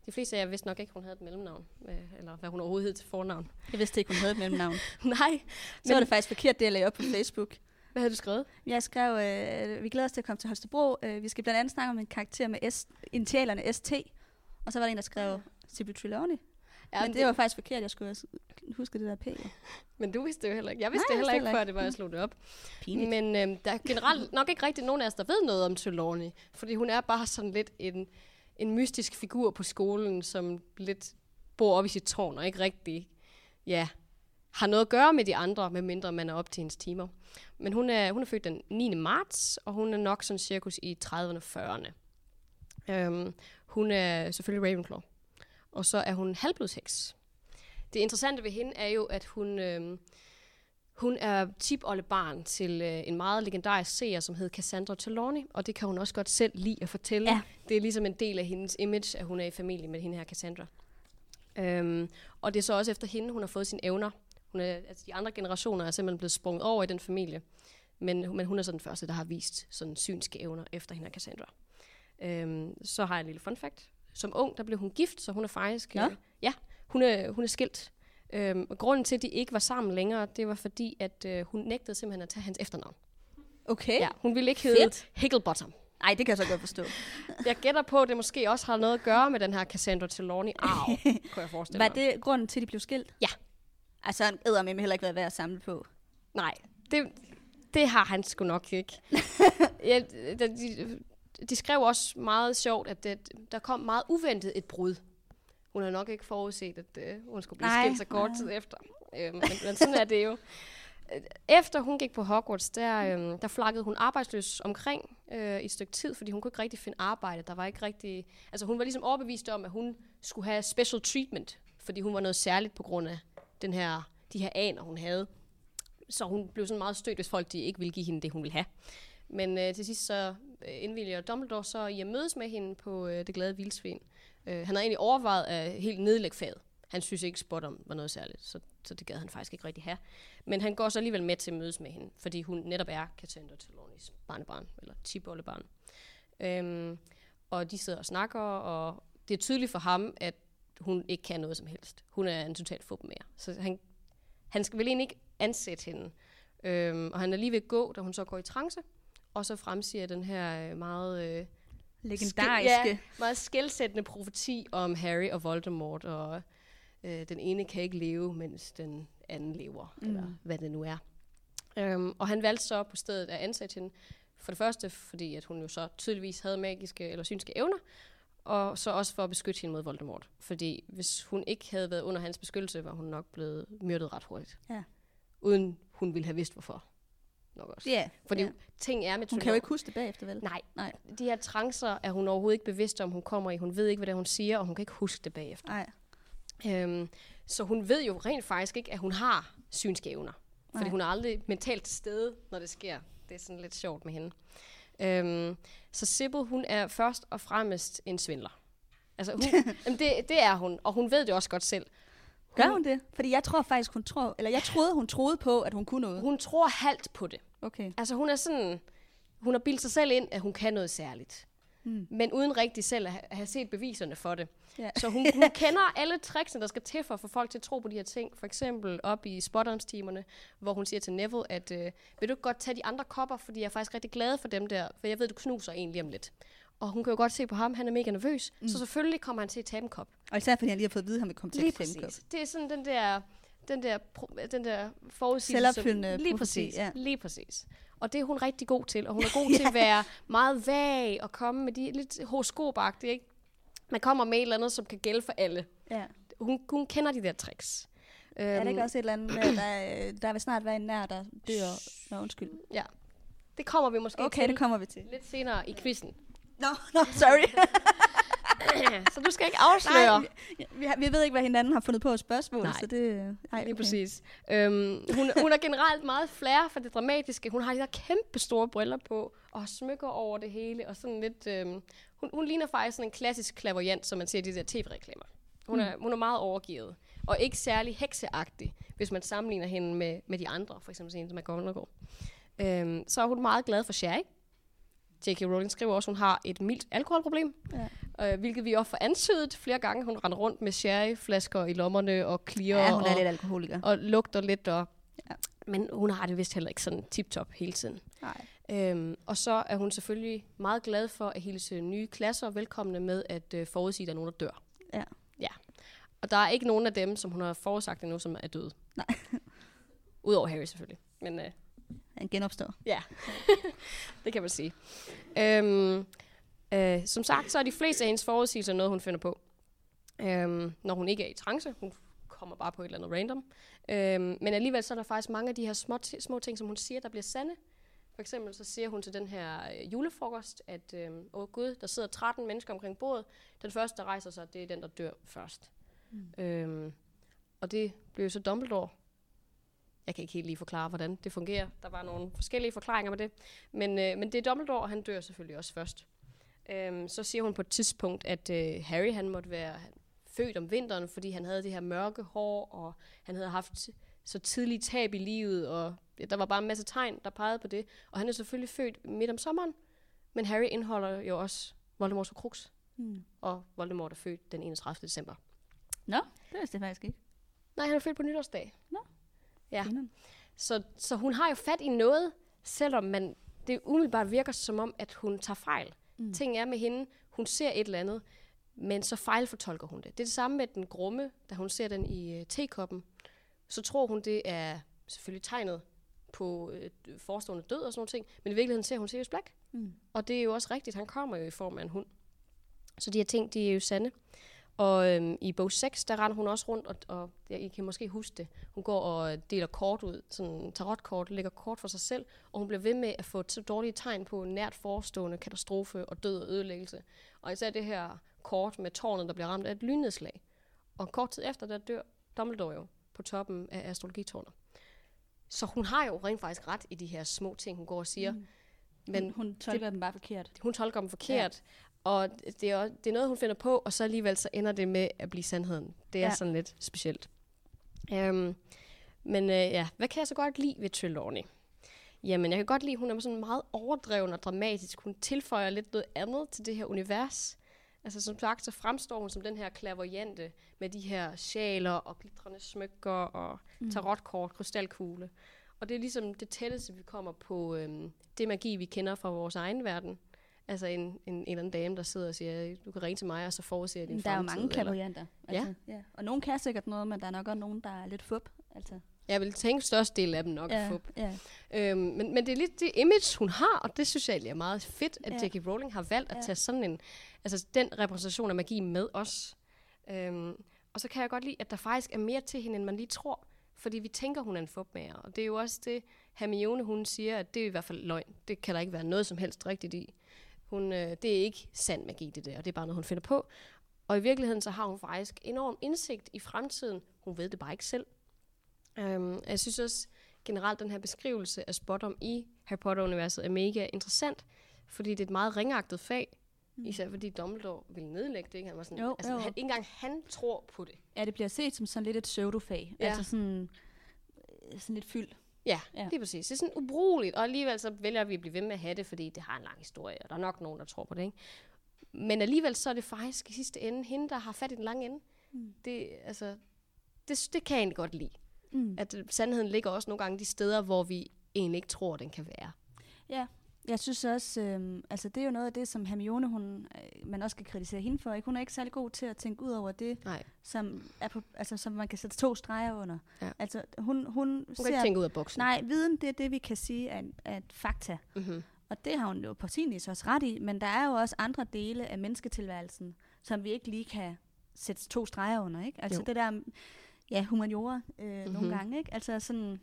De fleste af jer vidste nok ikke, hun havde et mellemnavn, øh, eller hvad hun overhovedet hed til fornavn. Jeg vidste ikke, hun havde et mellemnavn. Nej. Så var det faktisk forkert, det jeg lagde op på Facebook. Hvad havde du skrevet? Jeg skrev, øh, vi glæder os til at komme til Holstebro. Øh, vi skal blandt andet snakke om en karakter med S, initialerne S T. Og så var der en, der skrev Sibyl Trelawney. Ja, men det, det var faktisk forkert, jeg skulle huske det der P. Men du vidste det jo heller ikke. Jeg vidste Nej, det heller ikke, før det var, jeg slog det op. Pinligt. Men øh, der er generelt nok ikke rigtig nogen af os, der ved noget om Trelawney. Fordi hun er bare sådan lidt en, en mystisk figur på skolen, som lidt bor op i sit tårn, og ikke rigtig ja, har noget at gøre med de andre, medmindre man er op til hendes timer. Men hun er, hun er født den niende marts, og hun er nok sådan cirkus i trediverne og fyrrerne. Øhm, hun er selvfølgelig Ravenclaw. Og så er hun halvblodsheks. Det interessante ved hende er jo, at hun, øh, hun er tipoldebarn til øh, en meget legendarisk seer, som hed Cassandra Trelawney, og det kan hun også godt selv lide at fortælle. Ja. Det er ligesom en del af hendes image, at hun er i familie med hende her Cassandra. Øhm, og det er så også efter hende, hun har fået sine evner. Hun er, altså de andre generationer er simpelthen blevet sprunget over i den familie, men, men hun er så den første, der har vist sådan synske evner efter hende her Cassandra. Øhm, så har jeg en lille fun fact. Som ung, der blev hun gift, så hun er faktisk... Ja, øh, ja hun, er, hun er skilt. Øhm, og grunden til, at de ikke var sammen længere, det var fordi, at øh, hun nægtede simpelthen at tage hans efternavn. Okay. Ja, hun ville ikke hedde Higglebottom. Nej, det kan jeg så godt forstå. Jeg gætter på, at det måske også har noget at gøre med den her Cassandra Trelawney-arv, kunne jeg forestille mig. Var det grunden til, at de blev skilt? Ja. Altså, han æder med heller ikke været værd at samle på. Nej, det, det har han sgu nok ikke. ja, de, de skrev også meget sjovt, at det, der kom meget uventet et brud. Hun har nok ikke forudset, at uh, hun skulle blive skilt så kort tid efter. Øh, men, men sådan er det jo. Efter hun gik på Hogwarts, der, øhm, der flakkede hun arbejdsløs omkring øh, i et stykke tid, fordi hun kunne ikke rigtig finde arbejde. Der var ikke rigtig, altså hun var ligesom overbevist om, at hun skulle have special treatment, fordi hun var noget særligt på grund af den her, de her aner, hun havde. Så hun blev sådan meget stødt, hvis folk de ikke ville give hende det, hun ville have. Men øh, til sidst så øh, indvilliger Dumbledore så i at mødes med hende på øh, Det Glade Vildsvin. Øh, han havde egentlig overvejet at helt nedlægge faget. Han synes ikke, Spottom var noget særligt, så, så det gad han faktisk ikke rigtig have. Men han går så alligevel med til at mødes med hende, fordi hun netop er Cassandra Trelawneys barnebarn, eller tipoldebarn. Øhm, og de sidder og snakker, og det er tydeligt for ham, at hun ikke kan noget som helst. Hun er en total fupmæger. Så han, han skal vel egentlig ikke ansætte hende. Øhm, og han er lige ved at gå, da hun så går i trance, og så fremsiger den her meget... Øh, legendariske. Skil, ja, meget skelsættende profeti om Harry og Voldemort, og øh, den ene kan ikke leve, mens den anden lever, mm. eller hvad det nu er. Um, og han valgte så på stedet at ansætte hende, for det første, fordi at hun jo så tydeligvis havde magiske eller synske evner, og så også for at beskytte hende mod Voldemort. Fordi hvis hun ikke havde været under hans beskyttelse, var hun nok blevet myrdet ret hurtigt. Ja. Uden hun ville have vidst, hvorfor. Nok også. Yeah, fordi yeah. ting er med Hun kan jo ikke huske det bagefter, vel? Nej. Nej. De her trancer er hun overhovedet ikke bevidst om, hun kommer i. Hun ved ikke, hvad det er, hun siger, og hun kan ikke huske det bagefter. Nej. Øhm, så hun ved jo rent faktisk ikke, at hun har synske evner. Fordi hun er aldrig mentalt til stede, når det sker. Det er sådan lidt sjovt med hende. Øhm, så Sybil, hun er først og fremmest en svindler. Altså, hun, jamen det, det er hun, og hun ved det også godt selv. Hun, Gør hun det? Fordi jeg tror faktisk, hun tror, eller jeg troede, hun troede på, at hun kunne noget. Hun tror halvt på det. Okay. Altså hun er sådan, hun har bildt sig selv ind, at hun kan noget særligt. Mm. Men uden rigtig selv at have set beviserne for det. Yeah. Så hun, hun kender alle tricksene, der skal til for at få folk til at tro på de her ting. For eksempel op i Spottoms-timerne, hvor hun siger til Neville, at øh, vil du godt tage de andre kopper, fordi jeg er faktisk rigtig glad for dem der, for jeg ved, du knuser egentlig om lidt. Og hun kan jo godt se på ham, han er mega nervøs, mm. så selvfølgelig kommer han til at tabe en kop. Og især fordi han lige har fået at vide, at han vil komme til at tabe en kop. Det er sådan den der, den der, den der forudsigelse. Selvopfyldende lige profeti, præcis, ja. lige præcis. Og det er hun rigtig god til, og hun er god ja. til at være meget vag og komme med de lidt horoskopagtige, ikke? Man kommer med et eller andet, som kan gælde for alle. Ja. Hun, hun kender de der tricks. Er der ikke også et eller andet med, der, der vil snart være en nær, der dør? Nå, undskyld. Ja, det kommer vi måske okay, til. det kommer vi til. Lidt senere i quizzen. Nå, no, no, sorry. Så du skal ikke afsløre. Nej, vi, har, vi ved ikke, hvad hinanden har fundet på et spørgsmål. Nej, så det, nej okay. lige præcis. Øhm, hun, hun er generelt meget flair for det dramatiske. Hun har de der kæmpe store briller på, og smykker over det hele, og sådan lidt... Øhm, hun, hun ligner faktisk sådan en klassisk clairvoyant, som man ser i de der tv-reklamer. Hun, mm. er, hun er meget overgivet, og ikke særlig hekseagtig, hvis man sammenligner hende med, med de andre, for eksempel en som McGonagall. Øhm, så er hun meget glad for sherry. J K Rowling skriver også, at hun har et mildt alkoholproblem. Ja. Øh, hvilket vi også får antydet flere gange. Hun render rundt med sherryflasker i lommerne og klirer. Ja, hun er og, lidt alkoholiker. Og lugter lidt. Og, ja. Men hun har det vist heller ikke sådan tip-top hele tiden. Nej. Øhm, og så er hun selvfølgelig meget glad for at hilse nye klasser velkomne med at øh, forudsige, at der er nogen, der dør. Ja. Ja. Og der er ikke nogen af dem, som hun har forudsagt endnu, som er døde. Nej. Udover Harry selvfølgelig. Men, øh, Han genopstår. Ja, det kan man sige. Øhm, øh, som sagt, så er de fleste af hendes forudsigelser noget, hun finder på. Øhm, når hun ikke er i trance. Hun kommer bare på et eller andet random. Øhm, men alligevel så er der faktisk mange af de her små, t- små ting, som hun siger, der bliver sande. For eksempel så siger hun til den her øh, julefrokost, at øh, åh gud, der sidder tretten mennesker omkring bordet. Den første, der rejser sig, det er den, der dør først. Mm. Øhm, og det blev så Dumbledore. Jeg kan ikke helt lige forklare, hvordan det fungerer. Der var nogle forskellige forklaringer med det. Men, øh, men det er Dumbledore, og han dør selvfølgelig også først. Øhm, så siger hun på et tidspunkt, at øh, Harry han måtte være født om vinteren, fordi han havde det her mørke hår, og han havde haft så tidligt tab i livet, og der var bare en masse tegn, der pegede på det. Og han er selvfølgelig født midt om sommeren, men Harry indeholder jo også Voldemorts Horcrux, mm. og Voldemort er født den enogtredivte december. Nå, det vidste jeg faktisk ikke. Nej, han er født på nytårsdag. Nå. Ja. Så, så hun har jo fat i noget, selvom man, det umiddelbart virker som om, at hun tager fejl. Mm. Ting er med hende, hun ser et eller andet, men så fejlfortolker hun det. Det er det samme med den grumme, da hun ser den i uh, tekoppen. Så tror hun, det er selvfølgelig tegnet på uh, forestående død og sådan noget ting, men i virkeligheden ser hun Sirius Black. Mm. Og det er jo også rigtigt, han kommer jo i form af en hund. Så de her ting, de er jo sande. Og øhm, i bog seks, der render hun også rundt, og, og ja, I kan måske huske det. Hun går og deler kort ud, sådan tarotkort, lægger kort for sig selv, og hun bliver ved med at få så dårlige tegn på nært forestående katastrofe og død og ødelæggelse. Og især det her kort med tårnet, der bliver ramt af et lynnedslag. Og kort tid efter, der dør Dumbledore jo på toppen af astrologitårnet. Så hun har jo rent faktisk ret i de her små ting, hun går og siger. Mm. Men hun, hun tolker det, dem bare forkert. Hun tolker dem forkert. Ja. Og det er, også, det er noget, hun finder på, og så alligevel så ender det med at blive sandheden. Det er ja. sådan lidt specielt. Um, men uh, ja, hvad kan jeg så godt lide ved Trelawney? Jamen, jeg kan godt lide, at hun er sådan meget overdreven og dramatisk. Hun tilføjer lidt noget andet til det her univers. Altså som sagt, så fremstår hun som den her clairvoyante med de her sjaler og glitrende smykker og mm. tarotkort, krystalkugle. Og det er ligesom det tætteste, vi kommer på øhm, det magi, vi kender fra vores egen verden. Altså en, en, en eller anden dame, der sidder og siger, du kan ringe til mig, og så forudser din der fremtid. Der er jo mange clairvoyanter. Altså, ja. ja. Og nogen kan sikkert noget, men der er nok også nogen, der er lidt fup. Altså. Jeg vil tænke, størst del af dem nok ja, er fup. Ja. Øhm, men, men det er lidt det image, hun har, og det synes jeg egentlig er meget fedt, at ja. J K. Rowling har valgt at ja. tage sådan en, altså den repræsentation af magi med os. Øhm, og så kan jeg godt lide, at der faktisk er mere til hende, end man lige tror. Fordi vi tænker, hun er en fupmager. Og det er jo også det, Hermione, hun siger, at det er i hvert fald løgn. Det kan der ikke være noget som helst rigtigt i. Hun, øh, det er ikke sand magi, det der, og det er bare noget, hun finder på. Og i virkeligheden, så har hun faktisk enorm indsigt i fremtiden. Hun ved det bare ikke selv. Um, jeg synes også generelt, den her beskrivelse af Spottom i Harry Potter-universet er mega interessant, fordi det er et meget ringagtet fag. Mm. Især fordi Dumbledore ville nedlægge det. Ikke? Han var sådan, jo, altså, jo. Han, ikke engang han tror på det. Ja, det bliver set som sådan lidt et pseudofag. Ja. Altså sådan, sådan lidt fyld. Ja, ja, lige præcis. Det er sådan ubrugeligt, og alligevel så vælger vi at blive ved med at have det, fordi det har en lang historie, og der er nok nogen, der tror på det. Ikke? Men alligevel så er det faktisk i sidste ende hende, der har fat i den lange ende. Mm. Det, altså, det, det kan jeg egentlig godt lide. Mm. At sandheden ligger også nogle gange de steder, hvor vi egentlig ikke tror, den kan være. Ja, jeg synes også, øh, altså det er jo noget af det, som Hermione, hun, øh, man også skal kritisere hende for. Ikke? Hun er ikke særlig god til at tænke ud over det, som, er på, altså, som man kan sætte to streger under. Ja. Altså, hun, hun, hun kan ser, ikke tænke ud af boksen. Nej, viden, det er det, vi kan sige er, er et fakta. Mm-hmm. Og det har hun jo på sin vis også ret i, men der er jo også andre dele af mennesketilværelsen, som vi ikke lige kan sætte to streger under. Ikke? Altså jo. Det der, ja, humaniora øh, mm-hmm. nogle gange. Ikke? Altså sådan,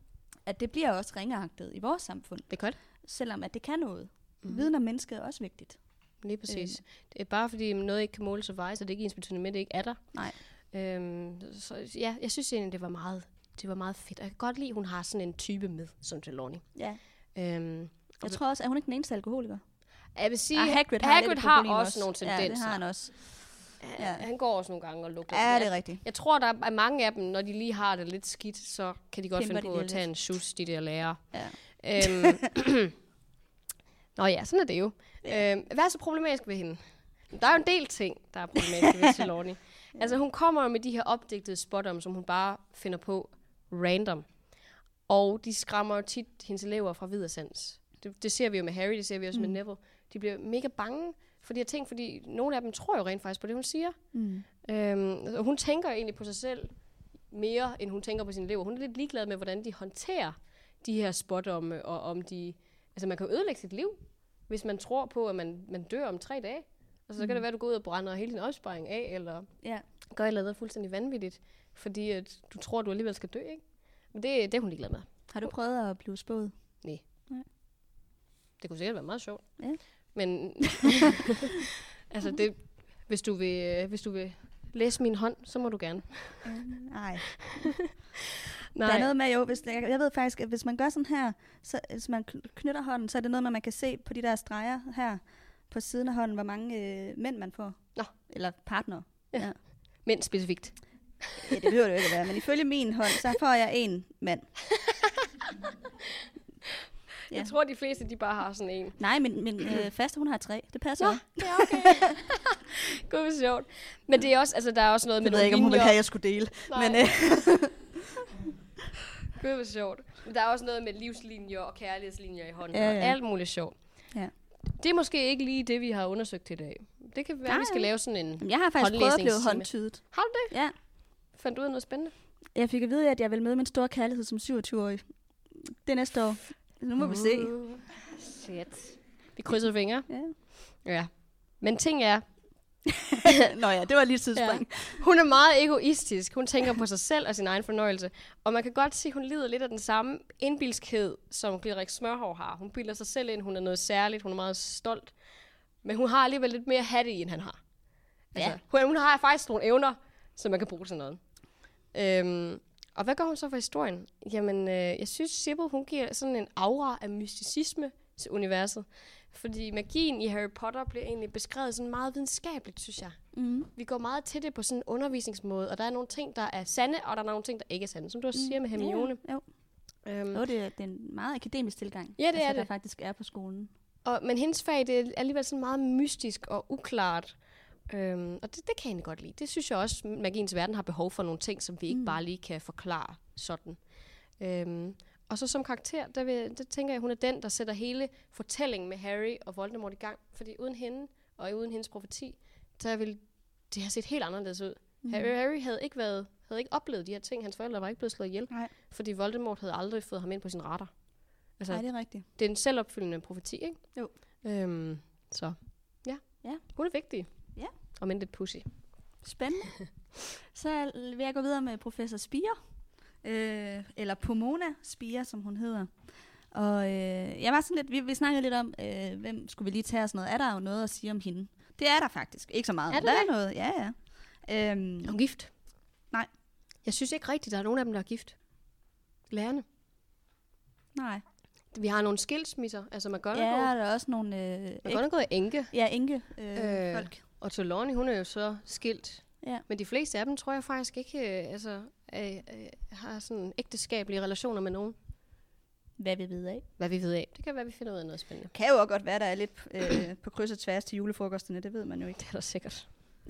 at det bliver også ringeagtet i vores samfund. Det er godt. Selvom at det kan noget. Mm-hmm. Viden om mennesket er også vigtigt. Lige præcis. Øh. Det er bare fordi noget ikke kan måles og vejes, så det er ikke ensbetydende med, det ikke er der. Nej. Øhm, så ja, jeg synes egentlig, det var meget, det var meget fedt. Jeg kan godt lide, at hun har sådan en type med, som Trelawney. Ja. Øhm, jeg tror også, at hun ikke den eneste alkoholiker. Jeg vil sige, ah, Hagrid har, Hagrid har også, også nogle tendenser. Ja, det har han også. Ja. Han går også nogle gange og lugter. Ja, det er rigtigt. Jeg tror, der er mange af dem, når de lige har det lidt skidt, så kan de godt Kæmper finde på at tage lidt. En shoes, de der lærer. Ja. Øhm, Nå ja, sådan er det jo. Ja. Øhm, hvad er så problematisk ved hende? Der er jo en del ting, der er problematiske ved Trelawney. Ja. Altså, hun kommer jo med de her opdigtede spådomme, som hun bare finder på random. Og de skræmmer jo tit hendes elever fra videresens. Det, det ser vi jo med Harry, det ser vi også mm. med Neville. De bliver mega bange for de her ting, fordi nogle af dem tror jo rent faktisk på det, hun siger. Mm. Øhm, og hun tænker egentlig på sig selv mere, end hun tænker på sine elever. Hun er lidt ligeglad med, hvordan de håndterer de her spådomme, og om de... Altså, man kan jo ødelægge sit liv, hvis man tror på, at man, man dør om tre dage. Altså, så mm. kan det være, at du går ud og brænder hele din opsparing af, eller yeah. gør et eller andet fuldstændig vanvittigt, fordi at du tror, at du alligevel skal dø, ikke? Men det, det er hun ligeglad med. Har du prøvet at blive spået? Nej. Nej. Det kunne sikkert være meget sjovt. Ja. Men altså, det, hvis, du vil, hvis du vil læse min hånd, så må du gerne. Uh, nej. Der er noget med, jo, hvis, jeg, jeg ved faktisk, at hvis man gør sådan her, så, hvis man knytter hånden, så er det noget med, at man kan se på de der streger her på siden af hånden, hvor mange øh, mænd man får. Nå. Eller partner. Ja. Ja. Mænd specifikt. Ja, det behøver det jo ikke at være, men ifølge min hånd, så får jeg en mand. Ja. Jeg tror, de fleste, de bare har sådan en. Nej, men min øh, faste, hun har tre. Det passer. Nå, det er okay. Gud, hvor sjovt. Men det er også, altså, der er også noget med nogle linjer. Jeg ved ikke, om hun vil have, jeg skulle dele. Nej. Men, øh. Gud, hvor sjovt. Men der er også noget med livslinjer og kærlighedslinjer i hånden. Ja, ja. Og alt muligt sjovt. Ja. Det er måske ikke lige det, vi har undersøgt til i dag. Det kan være, at vi skal lave sådan en Jeg har faktisk prøvet at blive håndtydet. Har du det? Ja. Fandt du ud af noget spændende? Jeg fik at vide, at jeg vil møde min store kærlighed som syvogtyve-årig. Det er næste år. Nu må uh, vi se. Shit. Vi krydser fingre. Ja. Ja. Men ting er... Nå ja, det var lige et tidsspring. Ja. Hun er meget egoistisk. Hun tænker på sig selv og sin egen fornøjelse. Og man kan godt se, at hun lider lidt af den samme indbilskhed, som Glitterik Smørhår har. Hun bilder sig selv ind. Hun er noget særligt. Hun er meget stolt. Men hun har alligevel lidt mere hat i, end han har. Altså, ja. hun, hun har faktisk nogle evner, som man kan bruge til noget. Øhm, og hvad gør hun så for historien? Jamen, øh, jeg synes, Sybil, hun giver sådan en aura af mysticisme til universet. Fordi magien i Harry Potter bliver egentlig beskrevet sådan meget videnskabeligt, synes jeg. Mm. Vi går meget til det på sådan en undervisningsmåde, og der er nogle ting, der er sande, og der er nogle ting, der ikke er sande. Som du også mm. siger med Hermione. Ja, jo, øhm. jo det, er, det er en meget akademisk tilgang. Ja, det altså, er det. Der faktisk er på skolen. Og, men hendes fag, det er alligevel sådan meget mystisk og uklart. Øhm, og det, det kan jeg egentlig godt lide. Det synes jeg også, at magiens verden har behov for nogle ting, som vi ikke mm. bare lige kan forklare sådan. Øhm, og så som karakter, der, vil, der tænker jeg, at hun er den, der sætter hele fortællingen med Harry og Voldemort i gang. Fordi uden hende, og uden hendes profeti, så ville det have set helt anderledes ud. Mm. Harry, Harry havde ikke været, havde ikke oplevet de her ting. Hans forældre var ikke blevet slået ihjel. Nej. Fordi Voldemort havde aldrig fået ham ind på sin radar. Altså, nej, det er rigtigt. Det er en selvopfyldende profeti, ikke? Jo. Øhm, så, ja. ja. Hun er vigtig. Ja. Og men lidt pussy. Spændende. Så vil jeg gå videre med professor Spire. Øh, eller Pomona Spire, som hun hedder. Og øh, jeg var sådan lidt, vi, vi snakkede lidt om, øh, hvem skulle vi lige tage og sådan noget. Er der jo noget at sige om hende? Det er der faktisk. Ikke så meget. Er der, der er noget. Ja, ja. Øhm, er hun gift? Nej. Jeg synes ikke rigtigt, der er nogen af dem, der er gift. Lærerne. Nej. Vi har nogle skilsmisser, altså McGonagall. Ja, der er også nogle... Øh, McGonagall er enke. Ja, enke øh, øh, folk. Og Trelawney, hun er jo så skilt. Ja. Men de fleste af dem, tror jeg faktisk ikke, øh, altså, øh, øh, har sådan ægteskabelige relationer med nogen. Hvad vi ved af. Hvad vi ved af. Det kan være, vi finder ud af noget spændende. Kan jo også godt være, der er lidt øh, på kryds og tværs til julefrokosterne. Det ved man jo ikke. Det er der sikkert.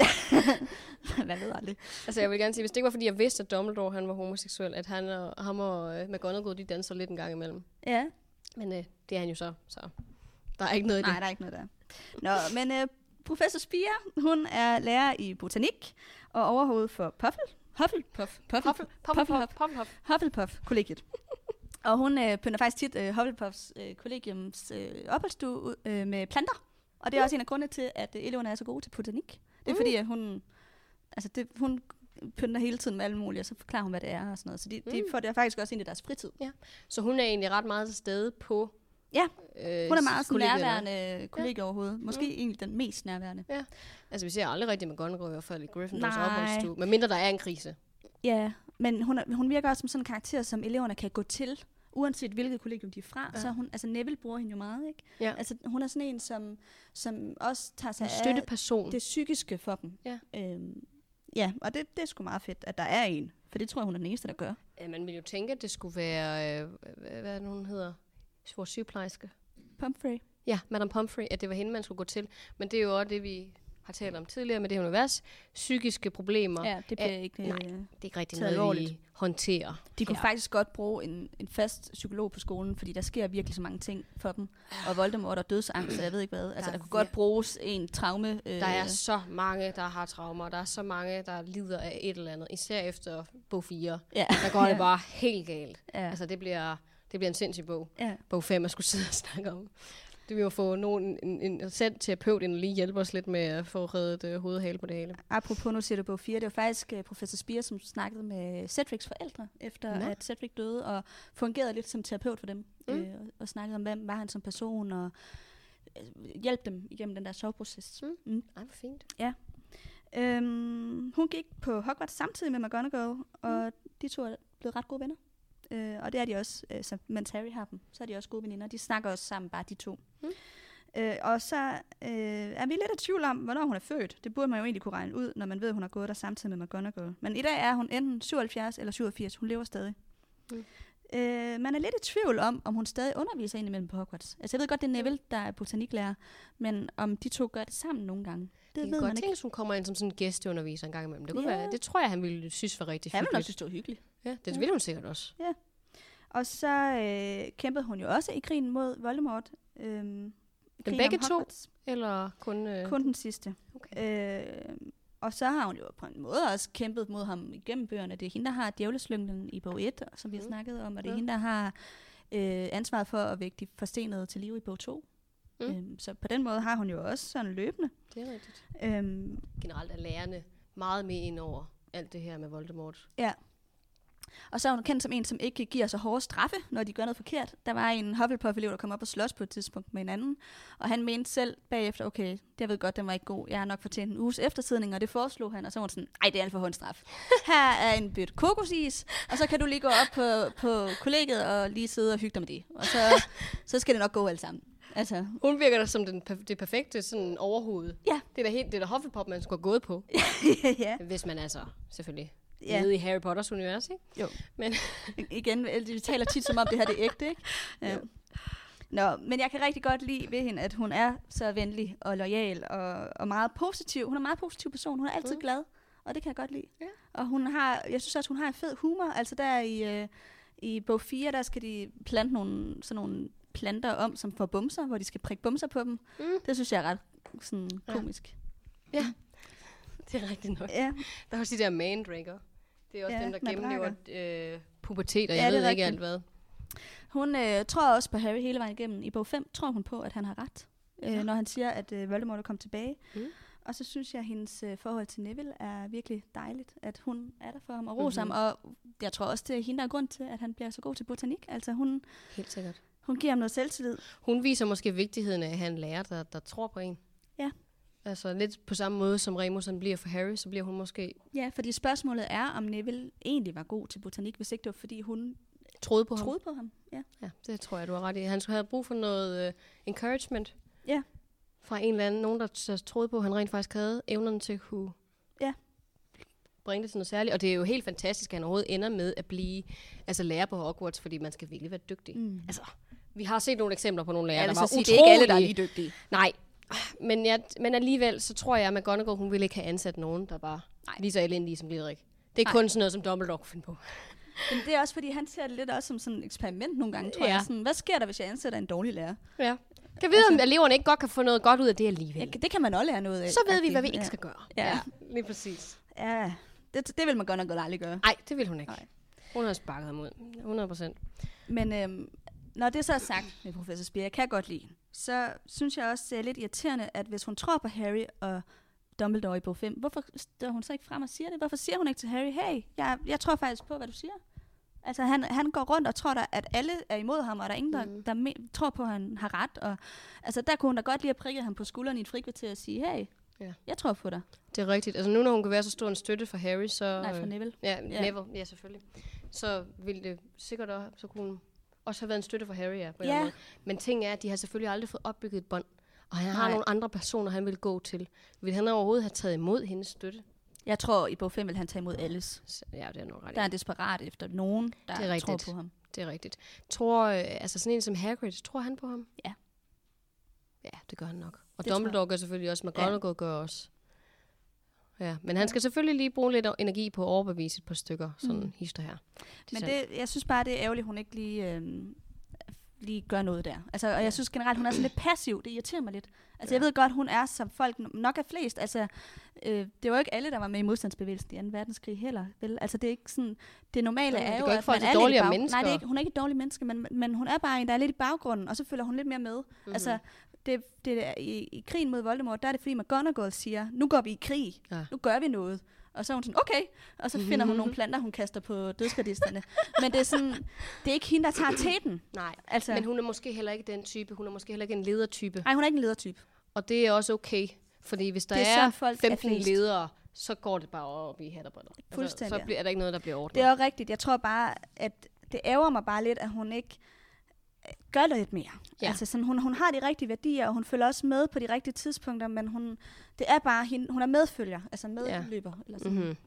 Hvad ved aldrig. Altså, jeg vil gerne sige, hvis det ikke var, fordi jeg vidste, at Dumbledore han var homoseksuel, at han og, ham og øh, McGonagall, de danser lidt en gang imellem. Ja. Men øh, det er han jo så, så der er ikke noget i det. Nej, der er ikke noget der. Nå, men øh, professor Spire, hun er lærer i botanik og overhoved for Puffle. Hufflepuff. Puffle. Pufflepuff. Hufflepuff-kollegiet. Og hun øh, pynter faktisk tit øh, Hufflepuffs øh, kollegiums øh, opholdsstue øh, med planter. Og det er mm. også en af grundene til, at øh, eleverne er så gode til botanik. Det er mm. fordi, at hun, altså det, hun pynter hele tiden med alle mulige, og så forklarer hun, hvad det er og sådan noget. Så de, mm. de får det faktisk også ind i deres fritid. Ja. Så hun er egentlig ret meget til stede på... Ja, øh, hun er meget sådan nærværende kollega ja. overhovedet. Måske mm. egentlig den mest nærværende. Ja. Altså vi ser aldrig rigtig McGonagall i hvert fald i Gryffindors opholdsstue, medmindre der er en krise. Ja, men hun, hun virker også som sådan en karakter, som eleverne kan gå til, uanset hvilket kollegium de er fra. Ja. Så hun, altså Neville bruger hende jo meget, ikke? Ja. Altså hun er sådan en, som, som også tager sig af det psykiske for dem. Ja, øhm, ja og det, det er sgu meget fedt, at der er en. For det tror jeg, hun er den eneste, der gør. Ja, man ville jo tænke, at det skulle være, øh, hvad, hvad hun hedder, vores sygeplejerske. Pomfrey. Ja, Madame Pomfrey, at det var hende, man skulle gå til. Men det er jo også det, vi har talt om tidligere med det her univers, psykiske problemer. Ja, det bliver er, ikke, nej, det er ikke rigtig noget, noget, vi håndterer. De kunne ja. faktisk godt bruge en, en fast psykolog på skolen, fordi der sker virkelig så mange ting for dem. Og Voldemort og dødsangst, jeg ved ikke hvad. Altså, der, der kunne godt bruges en traume. Øh, der er så mange, der har traumer. Der er så mange, der lider af et eller andet. Især efter bog fire. Ja. Der går det ja. bare helt galt. Ja. Altså, det bliver, det bliver en sindssyg bog. Ja. Bog fem, jeg skulle sidde og snakke om. Det vil jo få nogen, en, en selv terapeut ind og lige hjælpe os lidt med at få reddet uh, hovedhale på det hele. Apropos, nu siger du bog fire, det var faktisk uh, professor Spear, som snakkede med Cedrics forældre, efter Nå. at Cedric døde, og fungerede lidt som terapeut for dem, mm. øh, og, og snakkede om, hvem var han som person, og øh, hjalp dem igennem den der soveproces. Mm. Mm. Ej, hvor fint. Ja. Øhm, hun gik på Hogwarts samtidig med McGonagall, og mm. de to er blevet ret gode venner. Uh, og det er de også, uh, så, mens Harry har dem, så er de også gode veninder. De snakker også sammen, bare de to. Mm. Uh, og så uh, er vi lidt i tvivl om, hvornår hun er født. Det burde man jo egentlig kunne regne ud, når man ved, at hun har gået der samtidig med McGonagall. Men i dag er hun enten syvoghalvfjerds eller syvogfirs. Hun lever stadig. Mm. Uh, man er lidt i tvivl om, om hun stadig underviser indimellem på Hogwarts. Altså jeg ved godt, det er Neville, der er botaniklærer, men om de to gør det sammen nogle gange. Det, det ved godt man ikke. Tænke, hun kommer ind som sådan en gæsteunderviser en gang imellem. Det, kunne ja. være, det tror jeg, han ville synes var rigtig hyggeligt. Han ville nok synes, det var hyggeligt. Ja, det ja. ville hun sikkert også. Ja. Og så øh, kæmpede hun jo også i krigen mod Voldemort. Øhm, den begge to? Eller kun... Øh... Kun den sidste. Okay. Øh, og så har hun jo på en måde også kæmpet mod ham igennem bøgerne. Det er hende, der har djævleslyngden i bog et, som vi har snakket om. Og det er ja. hende, der har øh, ansvaret for at vække de forstenede til liv i bog to. Mm. Øhm, så på den måde har hun jo også sådan løbende. Det er rigtigt. Øhm, Generelt er lærerne meget med ind over alt det her med Voldemort. Ja. Og så er hun kendt som en, som ikke giver så hårde straffe, når de gør noget forkert. Der var en Hufflepuff-elev, der kom op og slås på et tidspunkt med en anden. Og han mente selv bagefter, okay, det jeg ved godt, den var ikke god. Jeg har nok fortjent en uges eftersidning, og det foreslog han. Og så var han sådan, ej, det er alt for håndstraf. Her er en bøt kokosis, og så kan du lige gå op på, på kollegiet og lige sidde og hygge dig med det. Og så, så skal det nok gå alt sammen. Altså. Hun virker da som den, det perfekte sådan overhoved. Ja. Det er da helt det der Hufflepuff, man skulle have gået på. Ja. Hvis man altså, selvfølgelig... Ja. Nede i Harry Potters univers, ikke? Jo. Men igen, vi taler tit som om det her det er ægte, ikke? Ja. Nå, men jeg kan rigtig godt lide ved hende, at hun er så venlig og loyal og, og meget positiv. Hun er en meget positiv person. Hun er altid mm. glad, og det kan jeg godt lide. Ja. Og hun har, jeg synes også, hun har en fed humor. Altså der i, øh, i bog fire, der skal de plante nogle, sådan nogle planter om, som får bumser, hvor de skal prikke bumser på dem. Mm. Det synes jeg er ret sådan, komisk. Ja. ja. Det er rigtigt nok. Ja. Der er også de der mandrakere. Det er også ja, dem, der gennemlever øh, pubertet, og jeg ja, ved ikke rigtigt. alt hvad. Hun øh, tror også på Harry hele vejen igennem. I bog fem tror hun på, at han har ret, øh, ja. når han siger, at øh, Voldemort er kommet tilbage. Mm. Og så synes jeg, at hendes øh, forhold til Neville er virkelig dejligt, at hun er der for ham og roser mm-hmm. ham. Og jeg tror også, det er hende, der er grund til, at han bliver så god til botanik. Altså hun, Helt sikkert. Hun giver ham noget selvtillid. Hun viser måske vigtigheden af, at han lærer, der, der tror på en. Ja. Altså lidt på samme måde, som Remus han bliver for Harry, så bliver hun måske... Ja, fordi spørgsmålet er, om Neville egentlig var god til botanik, hvis ikke det var, fordi hun troede på troede ham. på ham. Ja. ja, det tror jeg, du har ret i. Han skulle have brug for noget uh, encouragement ja. fra en eller anden, nogen, der troede på, at han rent faktisk havde evnerne til at kunne ja. bringe det til noget særligt. Og det er jo helt fantastisk, at han overhovedet ender med at blive altså lærer på Hogwarts, fordi man skal virkelig være dygtig. Mm. Altså, vi har set nogle eksempler på nogle lærere, ja, der var sige, utrolige. Det er ikke alle, der er lige dygtige. Nej. Men, jeg, men alligevel, så tror jeg, at McGonagall, hun ville ikke have ansat nogen, der var Nej. lige så elendige som Glitterik. Det er Nej. kun sådan noget, som Dumbledore kunne finde på. Men det er også, fordi han ser det lidt også som sådan et eksperiment nogle gange, tror ja. jeg. Sådan, hvad sker der, hvis jeg ansætter en dårlig lærer? Ja. Kan vide, altså, om eleverne ikke godt kan få noget godt ud af det alligevel? Ja, det kan man også lære noget af. Så ved vi, hvad vi ja. ikke skal gøre. Ja, ja lige præcis. Ja, det, det vil McGonagall aldrig gøre. Nej, det vil hun ikke. Nej. Hun har sparket ham ud. hundrede procent. Men øhm, når det så er sagt med professor Spear, jeg kan godt lide, så synes jeg også, det er lidt irriterende, at hvis hun tror på Harry og Dumbledore i bog fem, hvorfor står hun så ikke frem og siger det? Hvorfor siger hun ikke til Harry, hey, jeg, jeg tror faktisk på, hvad du siger? Altså, han, han går rundt og tror, der, at alle er imod ham, og der er ingen, der, mm. der me- tror på, at han har ret. Og, altså, der kunne hun da godt lige have prikket ham på skulderen i et frikvarter og sige, hey, ja. jeg tror på dig. Det er rigtigt. Altså, nu når hun kan være så stor en støtte for Harry, så... Nej, for Neville. Ja, ja. Neville, ja, selvfølgelig. Så ville det sikkert også, så kunne hun også have været en støtte for Harry, ja, på en ja. måde. Men ting er, at de har selvfølgelig aldrig fået opbygget et bånd. Og han Nej. har nogle andre personer, han vil gå til. Vil han overhovedet have taget imod hendes støtte? Jeg tror, i bog fem vil han tage imod alles. Ja, det er nok ret. Der er desperat efter nogen, der tror på ham. Det er rigtigt. Tror, øh, altså sådan en som Hagrid, tror han på ham? Ja. Ja, det gør han nok. Og det Dumbledore gør selvfølgelig også, McGonagall ja. gør også. Ja, men han skal selvfølgelig lige bruge lidt energi på at overbevise et par stykker, sådan mm. hister her. Det men det, jeg synes bare, det er ærgerligt, hun ikke lige, øh, lige gør noget der. Altså, og jeg synes generelt, hun er sådan lidt passiv. Det irriterer mig lidt. Altså, ja. Jeg ved godt, hun er, som folk nok er flest. Altså, øh, det var jo ikke alle, der var med i modstandsbevægelsen i anden verdenskrig heller. Vel? Altså, det er ikke sådan... Det normale ja, er det jo, at at man er dårligere bag... mennesker. Nej, det er ikke, hun er ikke et dårligt menneske, men, men hun er bare en, der er lidt i baggrunden, og så følger hun lidt mere med. Mm-hmm. Altså, det, det er, i, i krigen mod Voldemort, der er det fordi McGonagall siger, nu går vi i krig. Ja. Nu gør vi noget. Og så er hun sådan, okay. Og så finder hun nogle planter, hun kaster på dødsgardisterne. Men det er sådan, det er ikke hende, der tager teten. Nej, altså, men hun er måske heller ikke den type. Hun er måske heller ikke en ledertype. Nej, hun er ikke en ledertype. Og det er også okay. Fordi hvis der er, er femten er ledere, så går det bare op i hatterbriller. Fuldstændig. Altså, så bliver, er der ikke noget, der bliver ordnet. Det er også rigtigt. Jeg tror bare, at det ærger mig bare lidt, at hun ikke gør lidt mere. Ja. Altså sådan, hun, hun har de rigtige værdier, og hun følger også med på de rigtige tidspunkter, men hun, det er bare hende, hun er medfølger, altså medløber. Ja. Eller sådan. Mm-hmm.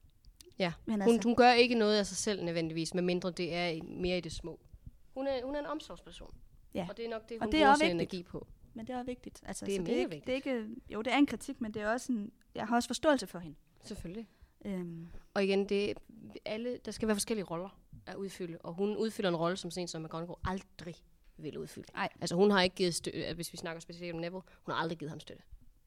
Ja, hun, altså, hun gør ikke noget af sig selv nødvendigvis, medmindre det er mere i det små. Hun er, hun er en omsorgsperson, ja. Og det er nok det, hun det bruger sin energi på. Men det er også vigtigt. Altså, det er så mega det er ikke, vigtigt. Det er ikke, jo, det er en kritik, men det er også en, jeg har også forståelse for hende. Selvfølgelig. Øhm. Og igen, det alle, der skal være forskellige roller at udfylde, og hun udfylder en rolle, som sen som McGonagall aldrig vil udfylde. Nej. Altså hun har ikke givet støtte, hvis vi snakker specielt om Neville, hun har aldrig givet ham støtte.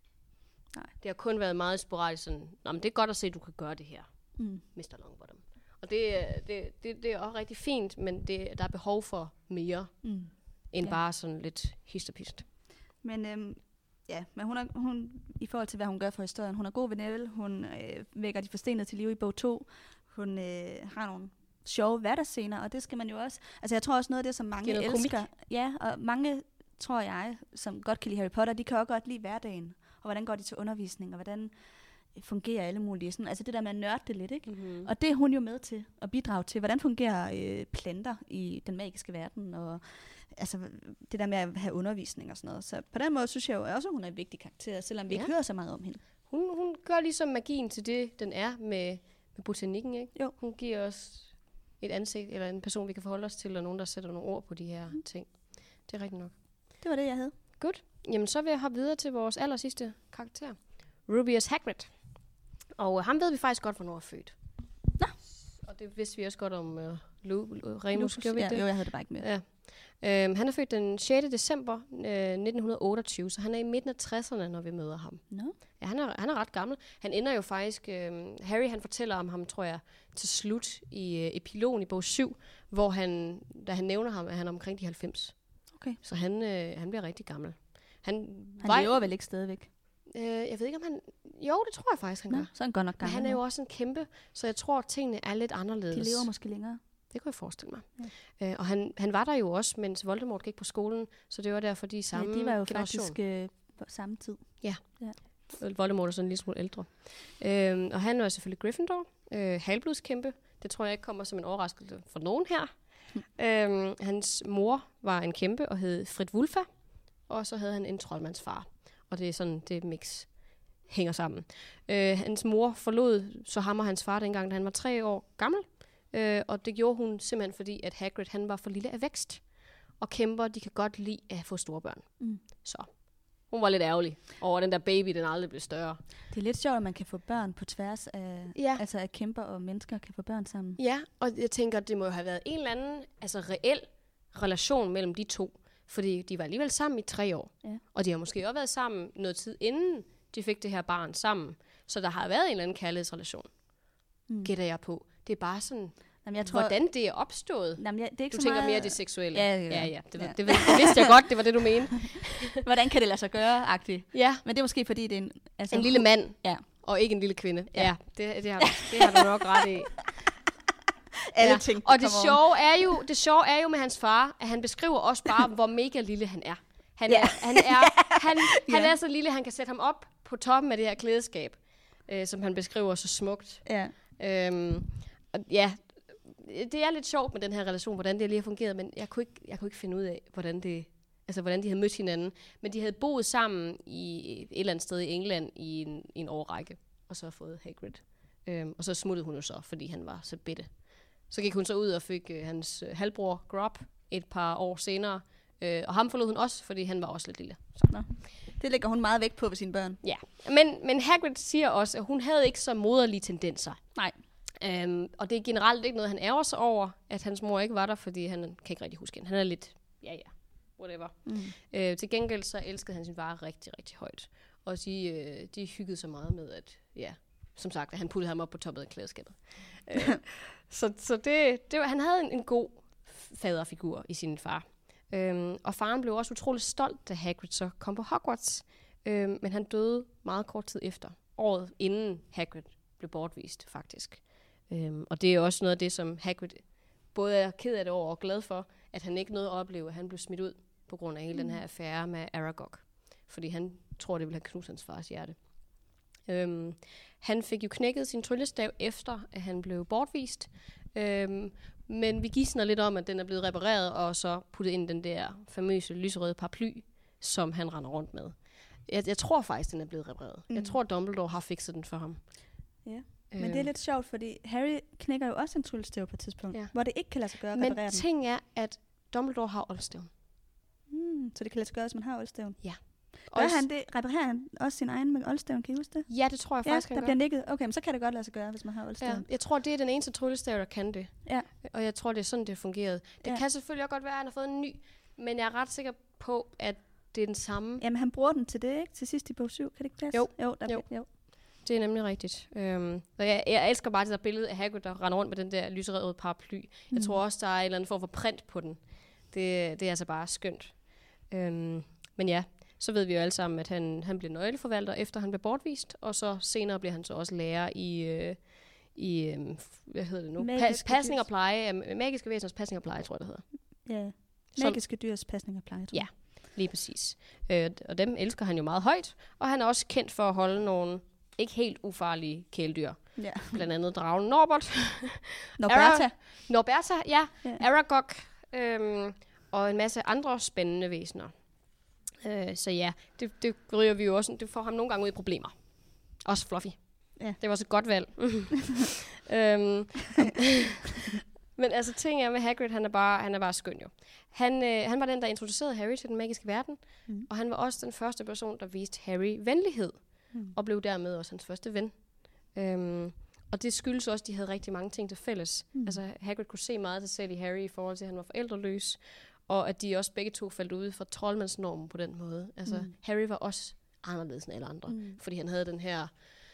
Nej. Det har kun været meget sporadisk sådan, nå, men det er godt at se, at du kan gøre det her, mm. mister Longbottom. Og det, det, det, det er også rigtig fint, men det, der er behov for mere, mm. end ja. bare sådan lidt hist og pist. Men øhm, ja, men hun er, hun, i forhold til, hvad hun gør for historien, hun er god ved Neville, hun øh, vækker de forstenede til live i bog to, hun øh, har nogle sjove hverdagsscener, og det skal man jo også, altså jeg tror også noget af det, som mange elsker, komik. Ja, og mange, tror jeg, som godt kan lide Harry Potter, de kan også godt lide hverdagen, og hvordan går de til undervisning, og hvordan fungerer alle mulige, sådan, altså det der med at nørde det lidt, ikke? Mm-hmm. Og det er hun jo med til at bidrage til, hvordan fungerer øh, planter i den magiske verden, og altså det der med at have undervisning og sådan noget. Så på den måde synes jeg jo også, at hun er en vigtig karakter, selvom vi ja. ikke hører så meget om hende. Hun, hun gør ligesom magien til det, den er med, med botanikken, ikke? Jo. Hun giver os et ansigt, eller en person, vi kan forholde os til, og nogen, der sætter nogle ord på de her mm. ting. Det er rigtigt nok. Det var det, jeg havde. Godt. Jamen, så vil jeg hoppe videre til vores aller sidste karakter. Rubeus Hagrid. Og øh, ham ved vi faktisk godt, hvornår er født. Nå. Og det vidste vi også godt om uh, Lu- Remus. Lupus, ja, det? Jo, jeg havde det bare ikke med. Ja. Øhm, han er født den sjette december øh, nitten otteogtyve, så han er i midten af tresserne, når vi møder ham. No. Ja, han er, han er ret gammel. Han ender jo faktisk... Øh, Harry, han fortæller om ham, tror jeg, til slut i øh, epilogen i bog syv, hvor han, da han nævner ham, er han omkring de halvfems. Okay. Så han, øh, han bliver rigtig gammel. Han, han var, lever vel ikke stadigvæk? Øh, jeg ved ikke, om han... Jo, det tror jeg faktisk, han Nå, gør. Så er han godt nok gammel. Men han er jo også en kæmpe, så jeg tror, at tingene er lidt anderledes. De lever måske længere. Det kunne jeg forestille mig. Ja. Øh, og han, han var der jo også, mens Voldemort gik på skolen, så det var derfor, de samme ja, de var jo generation. faktisk øh, på samme tid. Ja. ja. Voldemort er sådan en lille smule ældre. Øh, og han var selvfølgelig Gryffindor, øh, halvblodskæmpe. Det tror jeg ikke kommer som en overraskelse for nogen her. Hm. Øh, hans mor var en kæmpe og hed Frit Wulfa, og så havde han en troldmandsfar. Og det er sådan, det mix hænger sammen. Øh, hans mor forlod så ham og hans far dengang, da han var tre år gammel. Øh, og det gjorde hun simpelthen fordi, at Hagrid han var for lille af vækst. Og kæmper, de kan godt lide at få store børn. Mm. Så hun var lidt ærgerlig over den der baby, den aldrig blev større. Det er lidt sjovt, at man kan få børn på tværs af, ja. altså at kæmper og mennesker kan få børn sammen. Ja, og jeg tænker, det må jo have været en eller anden altså reel relation mellem de to. Fordi de var alligevel sammen i tre år. Ja. Og de har måske også været sammen noget tid inden de fik det her barn sammen. Så der har været en eller anden kærlighedsrelation. Mm. Gætter jeg på. Det er bare sådan, jamen, jeg tror, hvordan det er opstået. Jamen, jeg, det er ikke du så tænker meget... mere det seksuelle. Ja, ja, ja. ja det, ja. Det, det, det, det vidste jeg godt, det var det, du mente. Hvordan kan det lade sig gøre, agtigt? Ja. Men det er måske, fordi det er en... Altså, en lille mand, ja. og ikke en lille kvinde. Ja, ja det, det, har, det har du nok ret i. Alle ja. ting, og det sjove, er jo, det sjove er jo med hans far, at han beskriver også bare, hvor mega lille han er. Han, ja. er, han, er, han, han ja. er så lille, han kan sætte ham op på toppen af det her klædeskab, øh, som han beskriver så smukt. Ja. Øhm, og ja, det er lidt sjovt med den her relation, hvordan det lige har fungeret, men jeg kunne ikke, jeg kunne ikke finde ud af, hvordan, det, altså, hvordan de havde mødt hinanden. Men de havde boet sammen i et eller andet sted i England i en, i en årrække, og så fået Hagrid. Øhm, og så smuttede hun jo så, fordi han var så bitte. Så gik hun så ud og fik øh, hans øh, halvbror Grob et par år senere, Øh, og ham forlod hun også, fordi han var også lidt lille. Så. Nå. Det lægger hun meget vægt på ved sine børn. Ja, men, men Hagrid siger også, at hun havde ikke så moderlige tendenser. Nej. Øhm, og det er generelt ikke noget, han ærger sig over, at hans mor ikke var der, fordi han kan ikke rigtig huske hende. Han er lidt, ja ja, whatever. Mm. Øh, til gengæld så elskede han sin far rigtig, rigtig højt. Og de, øh, de hyggede så meget med, at ja, som sagt, at han puttede ham op på toppet af klædeskabet. øh, så så det, det var, han havde en, en god faderfigur i sin far. Øhm, og faren blev også utrolig stolt, da Hagrid så kom på Hogwarts. Øhm, men han døde meget kort tid efter. Året inden Hagrid blev bortvist, faktisk. Øhm, og det er også noget af det, som Hagrid både er ked af det over og glad for, at han ikke nåede at opleve, at han blev smidt ud på grund af hele mm. den her affære med Aragog. Fordi han tror, det ville have knust hans fars hjerte. Øhm, han fik jo knækket sin tryllestav efter, at han blev bortvist. Øhm, men vi gidsner lidt om, at den er blevet repareret, og så puttet ind den der famøse lyserøde paraply, som han render rundt med. Jeg, jeg tror faktisk, den er blevet repareret. Mm. Jeg tror, Dumbledore har fikset den for ham. Ja. Men det er lidt sjovt, fordi Harry knækker jo også en tryllestav på et tidspunkt, ja. hvor det ikke kan lade sig gøre at reparere den. Men ting er, at Dumbledore har oldstaven. Mm, så det kan lade sig gøre, hvis man har oldstaven? Ja. Gør han det? Reparerer han også sin egen med oldstaven? Kan I huske det? Ja, det tror jeg ja, faktisk, han der gør. bliver nikket. Okay, men så kan det godt lade sig gøre, hvis man har oldstaven. Ja, jeg tror, det er den eneste tryllestav, der kan det. Ja. Og jeg tror, det er sådan, det fungerede. Det ja. kan selvfølgelig også godt være, at han har fået en ny, men jeg er ret sikker på, at det er den samme. Jamen, han bruger den til det, ikke? Til sidst i bog syv, kan det ikke passe? Jo. Jo, der jo. jo. Det er nemlig rigtigt. Øhm, og jeg, jeg elsker bare det der billede af Hagrid, der render rundt med den der lyserøde paraply. Mm. Jeg tror også, der er en eller anden form for print på den. Det, det er altså bare skønt. Øhm, men ja, så ved vi jo alle sammen, at han, han bliver nøgleforvalter, efter han bliver bortvist. Og så senere bliver han så også lærer i, øh, i øh, hvad hedder det nu? Pa- pasning og pleje. Øh, magiske væseners pasning og pleje, tror jeg, det hedder. Ja, magiske dyrs pasning og pleje, tror jeg. Ja, lige præcis. Øh, og dem elsker han jo meget højt. Og han er også kendt for at holde nogle ikke helt ufarlige kæledyr. Ja. Blandt andet dragen Norbert. Norberta. Ara- Norberta, ja. ja. Aragog. Øhm, og en masse andre spændende væsener. Øh, så ja, det, det ryger vi jo også. Det får ham nogle gange ud i problemer. Også Fluffy. Ja. Det var også et godt valg. øhm, men altså, ting er med Hagrid, han er bare, han er bare skøn jo. Han, øh, han var den, der introducerede Harry til den magiske verden. Mm. Og han var også den første person, der viste Harry venlighed. Mm. Og blev dermed også hans første ven. Øhm, og det skyldes også, at de havde rigtig mange ting til fælles. Mm. Altså, Hagrid kunne se meget til selv i Harry i forhold til, at han var forældreløs. Og at de også begge to faldt ud fra troldmandsnormen på den måde. Altså, mm. Harry var også anderledes end alle andre. Mm. Fordi han havde den her,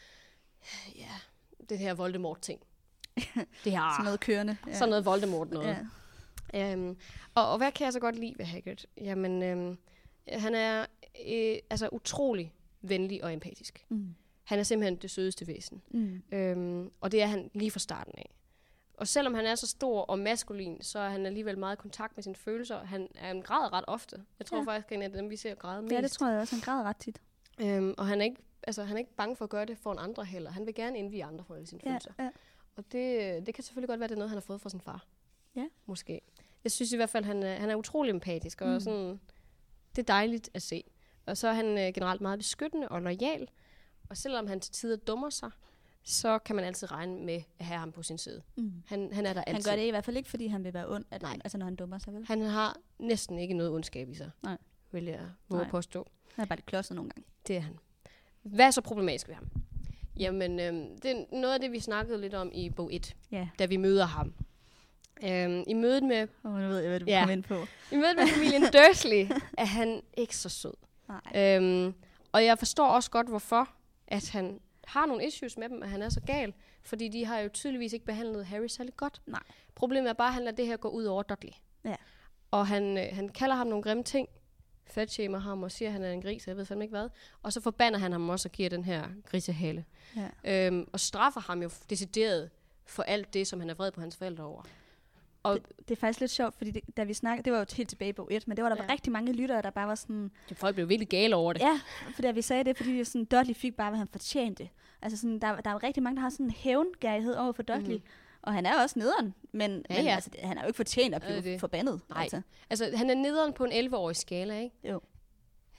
ja, den her Voldemort-ting. Det her, sådan noget kørende. Ja. Sådan noget Voldemort noget. Ja. Øhm, og, og hvad kan jeg så godt lide ved Hagrid? Jamen, øhm, han er øh, altså utrolig venlig og empatisk. Mm. Han er simpelthen det sødeste væsen. Mm. Øhm, og det er han lige fra starten af. Og selvom han er så stor og maskulin, så er han alligevel meget i kontakt med sine følelser. Han er en grad ret ofte. Jeg tror ja. faktisk, at det er dem, vi ser græde mest. Ja, det tror jeg også. Han græder ret tit. Øhm, og han er, ikke, altså, han er ikke bange for at gøre det for en andre heller. Han vil gerne indvie andre for alle sine ja, følelser. Ja. Og det, det kan selvfølgelig godt være, det er noget, han har fået fra sin far. Ja. Måske. Jeg synes i hvert fald, han er, han er utrolig empatisk. Og mm. sådan, det er dejligt at se. Og så er han øh, generelt meget beskyttende og loyal. Og selvom han til tider dummer sig, så kan man altid regne med at have ham på sin side. Mm. Han, han er der altid. Han gør det i hvert fald ikke, fordi han vil være ond, at, Nej. altså når han dummer sig, vel? Han har næsten ikke noget ondskab i sig, Nej. vil jeg våge påstå. Han er bare lidt klodset nogle gange. Det er han. Hvad er så problematisk ved ham? Jamen, øhm, det er noget af det, vi snakkede lidt om i bog et, yeah. da vi møder ham. Øhm, I mødet med... Åh, oh, nu ved jeg, hvad du ja, kommer ind på. I mødet med familien Dursley er han ikke så sød. Nej. Øhm, og jeg forstår også godt, hvorfor at han har nogle issues med dem, at han er så gal. Fordi de har jo tydeligvis ikke behandlet Harry særlig godt. Nej. Problemet er bare, at han lader det her gå ud over Dudley. Ja. Og han, øh, han kalder ham nogle grimme ting. Fatshamer ham og siger, at han er en gris, jeg ved fandme ikke hvad. Og så forbander han ham også og giver den her grisehale. Ja. Øhm, og straffer ham jo decideret for alt det, som han er vred på hans forældre over. Og det, det er faktisk lidt sjovt, fordi det, da vi snakkede, det var jo helt tilbage i bog et, men det var der ja. rigtig mange lyttere, der bare var sådan... Ja, folk blev virkelig gale over det. Ja, for da vi sagde det, fordi vi sådan, Dudley fik bare, hvad han fortjente. Altså sådan, der, der er jo rigtig mange, der har sådan en hævngærighed over for Dudley. Mm. Og han er også nederen, men, ja, men ja. Altså, han er jo ikke fortjent at blive øh, forbandet. Nej, altså. altså han er nederen på en elleve-årig skala, ikke? Jo.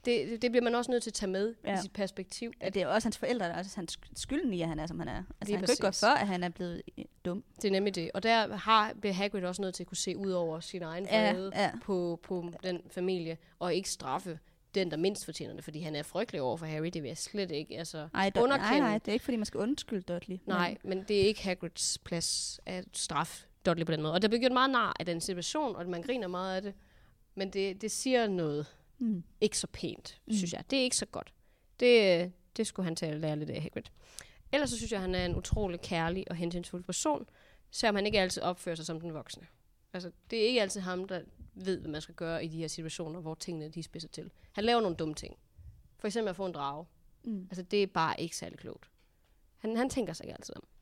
det, det bliver man også nødt til at tage med ja. i sit perspektiv. At ja, det er også hans forældre, der er også hans skylden i, at han er, som han er. Altså, han kan ikke gå for, at han er blevet dum. Det er nemlig det. Og der har, bliver Hagrid også nødt til at kunne se ud over sin egen vrede ja, ja. på, på den familie, og ikke straffe den, der mindst fortjener det, fordi han er frygtelig over for Harry. Det vil jeg slet ikke altså, ej, do- underkende. Nej, nej, det er ikke, fordi man skal undskylde Dudley. Nej, men, men det er ikke Hagrids plads at straffe Dudley på den måde. Og der bliver gjort meget nar af den situation, og man griner meget af det. Men det, det siger noget mm. ikke så pænt, mm. synes jeg. Det er ikke så godt. Det, det skulle han til at lære lidt af Hagrid. Ellers så synes jeg, at han er en utrolig kærlig og hensynsfuld person, selvom han ikke altid opfører sig som den voksne. Altså, det er ikke altid ham, der ved, hvad man skal gøre i de her situationer, hvor tingene de spidser til. Han laver nogle dumme ting. For eksempel at få en drage. Mm. Altså, det er bare ikke særlig klogt. Han, han tænker sig ikke altid om.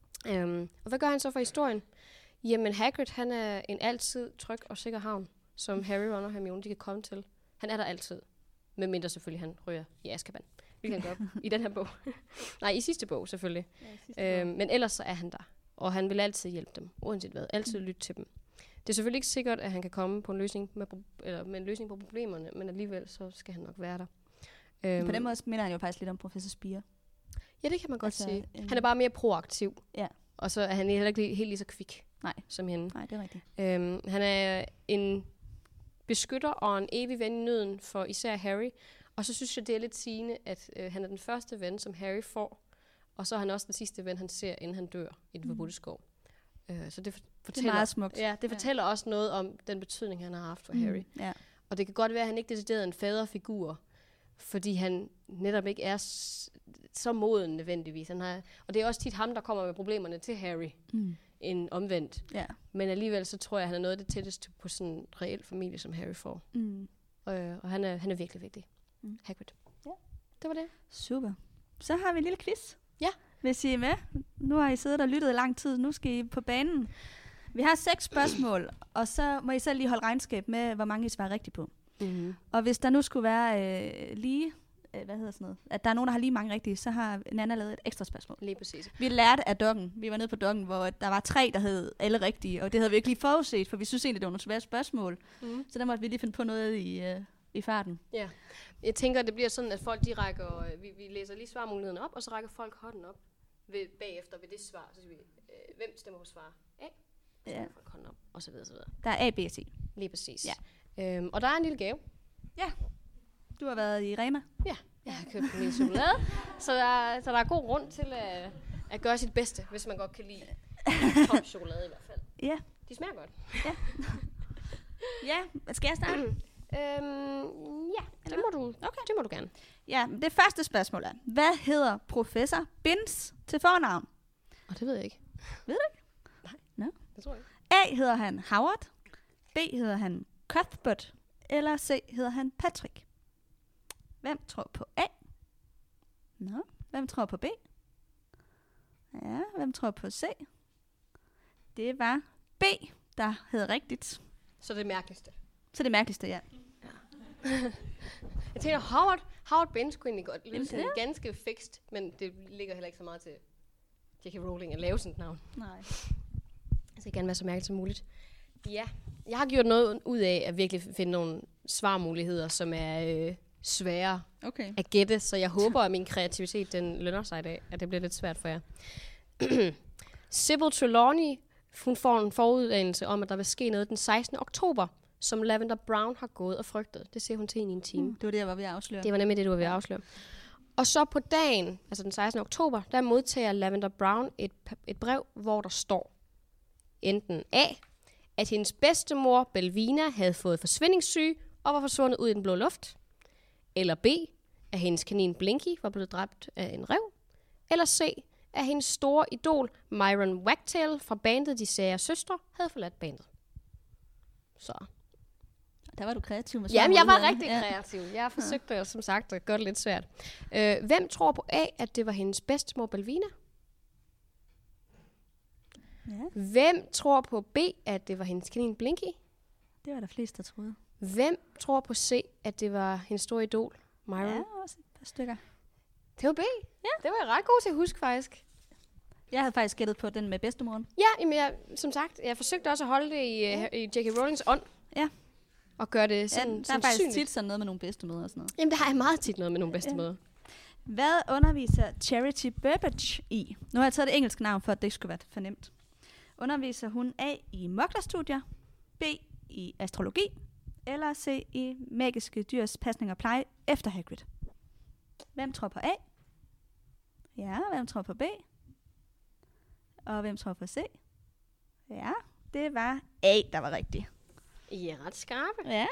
Um, og hvad gør han så for historien? Jamen, Hagrid, han er en altid tryg og sikker havn, som Harry, Ron og Hermione, de kan komme til. Han er der altid. Medmindre selvfølgelig, han ryger i Azkaban. Hvilket han gør i den her bog. Nej, i sidste bog selvfølgelig. Ja, sidste øhm, bog. Men ellers så er han der. Og han vil altid hjælpe dem, uanset hvad. Altid mm. lytte til dem. Det er selvfølgelig ikke sikkert, at han kan komme på en løsning med, eller med en løsning på problemerne, men alligevel så skal han nok være der. Øhm, på den måde minder han jo faktisk lidt om professor Spire. Ja, det kan man godt altså, sige. En... Han er bare mere proaktiv. Ja. Og så er han heller ikke helt lige så kvik Nej. som hende. Nej, det er rigtigt. Øhm, han er en beskytter og en evig ven i nøden for især Harry. Og så synes jeg, det er lidt sigende, at øh, han er den første ven, som Harry får. Og så er han også den sidste ven, han ser, inden han dør i den forbudte skov. Øh, så det, fortæller, det er meget smukt. Ja, det fortæller ja. også noget om den betydning, han har haft for mm, Harry. Ja. Og det kan godt være, at han ikke decideret en faderfigur, fordi han netop ikke er s- så moden nødvendigvis. Han har, og det er også tit ham, der kommer med problemerne til Harry, mm. end omvendt. Ja. Men alligevel så tror jeg, at han er noget af det tætteste på sådan en reel familie, som Harry får. Mm. Og, og han, er, han er virkelig vigtig. Mm. Hagrid. Ja. Det var det. Super. Så har vi en lille quiz. Ja. Hvis I er med. Nu har I siddet og lyttet i lang tid. Nu skal I på banen. Vi har seks spørgsmål, og så må I selv lige holde regnskab med, hvor mange I svarer rigtigt på. Mm-hmm. Og hvis der nu skulle være øh, lige, øh, hvad hedder sådan noget, at der er nogen, der har lige mange rigtige, så har Nana lavet et ekstra spørgsmål. Lige præcis. Vi lærte af doggen. Vi var nede på doggen, hvor der var tre, der hed alle rigtige, og det havde vi ikke lige forudset, for vi synes egentlig, det var nogle svære spørgsmål. Mm-hmm. Så der måtte vi lige finde på noget i, øh, i farten. Ja. Jeg tænker, det bliver sådan, at folk de rækker, øh, vi, vi læser lige svarmuligheden op, og så rækker folk hånden op ved, bagefter ved det svar. Så siger vi, øh, hvem stemmer på svar A? Ja. Folk hånden op, og så videre, så videre. Der er A, B og C. Lige præcis. Ja. Øhm, og der er en lille gave. Ja. Du har været i Rema. Ja, jeg har købt en lille chokolade. så, der, så der er god grund til at, at gøre sit bedste, hvis man godt kan lide tom chokolade i hvert fald. Ja. De smager godt. Ja. Ja, skal jeg starte? øhm, ja, det må, du, okay. det må du gerne. Ja, det første spørgsmål er, hvad hedder professor Binns til fornavn? Og det ved jeg ikke. Ved du ikke? Nej, no. det tror jeg ikke. A hedder han Howard, B hedder han Cuthbert, eller C hedder han Patrick. Hvem tror på A? Nå, hvem tror på B? Ja, hvem tror på C? Det var B, der hed rigtigt. Så det mærkeligste. Så det mærkeligste, ja. ja. Jeg tænker, Howard, Howard Binns kunne egentlig godt lyde sådan ganske fikst, men det ligger heller ikke så meget til J K Rowling at lave sådan et navn. Nej. Det skal gerne være så mærkeligt som muligt. Ja, jeg har gjort noget ud af at virkelig finde nogle svarmuligheder, som er øh, svære okay. at gætte, så jeg håber, at min kreativitet den lønner sig i dag, at det bliver lidt svært for jer. Sybil Trelawney, hun får en foruddanelse om, at der vil ske noget den sekstende oktober, som Lavender Brown har gået og frygtet. Det siger hun til hende i en time. Mm, det var det, jeg var ved at afsløre. Det var nemlig det, du var ved at afsløre. Og så på dagen, altså den sekstende oktober, der modtager Lavender Brown et, et brev, hvor der står enten A, at hendes bedstemor, Belvina, havde fået forsvindingssyge og var forsvundet ud i den blå luft. Eller B, at hendes kanin Blinky var blevet dræbt af en ræv. Eller C, at hendes store idol, Myron Wagtail fra bandet De Sære Søstre, havde forladt bandet. Så. Der var du kreativ med Jamen, jeg var rigtig ja. kreativ. Jeg forsøgte ja. som sagt at gøre det lidt svært. Øh, hvem tror på A, at det var hendes bedstemor, Belvina? Ja. Hvem tror på B, at det var hendes kanin Blinky? Det var der flest, der troede. Hvem tror på C, at det var hendes store idol, Myron? Ja, også et par stykker. Det var B. Ja. Det var jeg ret god til at huske, faktisk. Jeg havde faktisk gættet på den med bedstemoren. Ja, jamen jeg, som sagt, jeg forsøgte også at holde det i, ja. uh, i J K Rowlings ånd. Ja. Og gøre det sådan ja, der er faktisk sandsynligt. tit sådan noget med nogle bedstemøder og sådan noget. Jamen, der er meget tit noget med nogle bedstemøder. Ja. Hvad underviser Charity Burbage i? Nu har jeg taget det engelske navn, for at det ikke skulle være for nemt. Underviser hun A i muglerstudier, B i astrologi, eller C i magiske dyrs pasning og pleje efter Hagrid? Hvem tror på A? Ja, hvem tror på B? Og hvem tror på C? Ja, det var A, der var rigtigt. I er ret skarpe. Ja.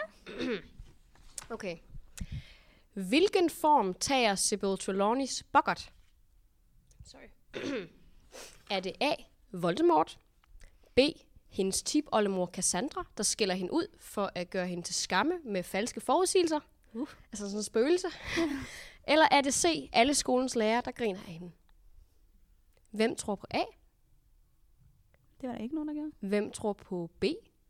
Okay. Hvilken form tager Sybil Trelawneys bokkert? Sorry. Er det A, Voldemort, B, hendes tipoldemor Cassandra, der skiller hende ud for at gøre hende til skamme med falske forudsigelser? Uh. Altså sådan en spøgelse. Eller er det C, alle skolens lærere, der griner af hende? Hvem tror på A? Det var der ikke nogen, der gjorde. Hvem tror på B?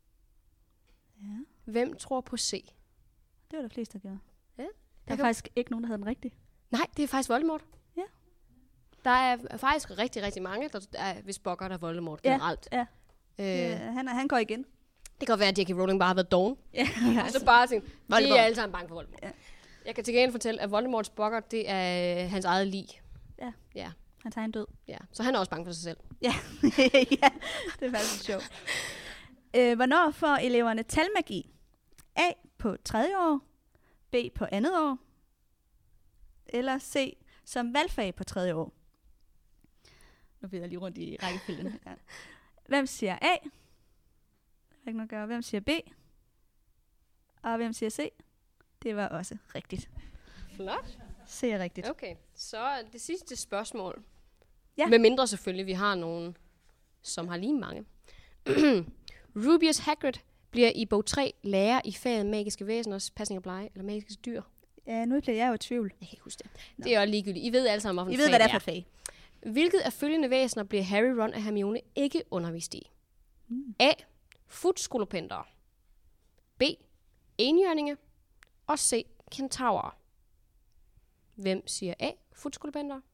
Ja. Hvem tror på C? Det var der flest, der gjorde. Ja. Der er faktisk ikke nogen, der havde den rigtige. Nej, det er faktisk Voldemort. Ja. Der er faktisk rigtig, rigtig mange, der er, hvis bokker der er Voldemort generelt. Ja, Øh, ja. Han, han går igen. det kan godt være, at J K Rowling bare har været doven. Ja, Og så bare tænkt, de Voldemort. er alle sammen bange for Voldemort. Ja. Jeg kan til gengæld fortælle, at Voldemorts bokker, det er hans eget lig. Ja. Ja. Han tager en død. Ja. Så han er også bange for sig selv. Ja, ja, det er faktisk sjovt. Øh, hvornår får eleverne talmagi? A på tredje år, B på andet år, eller C som valgfag på tredje år? Nu bliver jeg lige rundt i rækkefølgen. Ja. Hvem siger A? Ikke noget at gøre. Hvem siger B? Og hvem siger C? Det var også rigtigt. Flot. C er rigtigt. Okay, så det sidste spørgsmål. Ja. Med mindre selvfølgelig, vi har nogen, som har lige mange. Rubius Hagrid bliver i bog tre lærer i faget magiske væseners pasning og pleje, eller magiske dyr. Ja, nu bliver jeg jo i tvivl. Jeg kan ikke huske det. No. Det er jo ligegyldigt. I ved alle sammen, hvorfor I ved, hvad det er for et fag. Hvilket af følgende væsener bliver Harry, Ron og Hermione ikke undervist i? Mm. A. Futskolopendere. B. Enhjørninge. Og C. Kentaurer. Hvem siger A. Futskolopendere?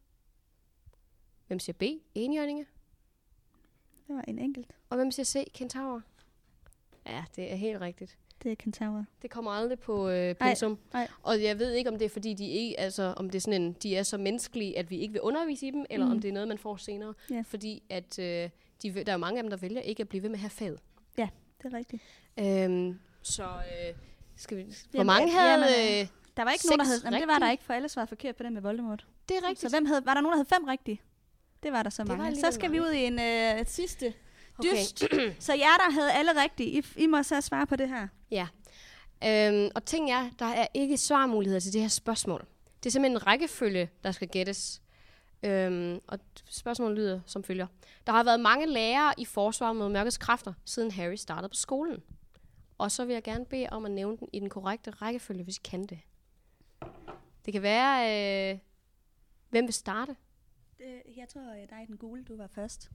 Hvem siger B. Enhjørninge? Det var en enkelt. Og hvem siger C. Kentaurer? Ja, det er helt rigtigt. Det er Kentaurer. Det kommer aldrig på øh, pensum. Ej, ej. Og jeg ved ikke, om det er, fordi de ikke, altså, om det er sådan en, de er så menneskelige, at vi ikke vil undervise i dem, eller mm. om det er noget, man får senere. Ja. Fordi at, øh, de, der er jo mange af dem, der vælger ikke at blive ved med at have faget. Ja, det er rigtigt. Øhm, så øh, skal vi... Hvor Jamen, mange havde... jamen, øh, der var ikke nogen, der havde... Jamen, det var der rigtige? ikke, for alle svarede forkert på den med Voldemort. Det er rigtigt. Så hvem havde, var der nogen, der havde fem rigtige? Det var der så Det mange. var Så skal mange. vi ud i en øh, sidste Okay. dyst. Så jer, der havde alle rigtige, I, I må så svare på det her. Ja. Øhm, og ting er, der er ikke svarmuligheder til det her spørgsmål. Det er simpelthen en rækkefølge, der skal gættes. Øhm, og spørgsmålet lyder som følger. Der har været mange lærere i forsvar mod mørkets kræfter, siden Harry startede på skolen. Og så vil jeg gerne bede om at nævne den i den korrekte rækkefølge, hvis I kan det. Det kan være... Øh, hvem vil starte? Det, jeg tror, dig den gule, du var først.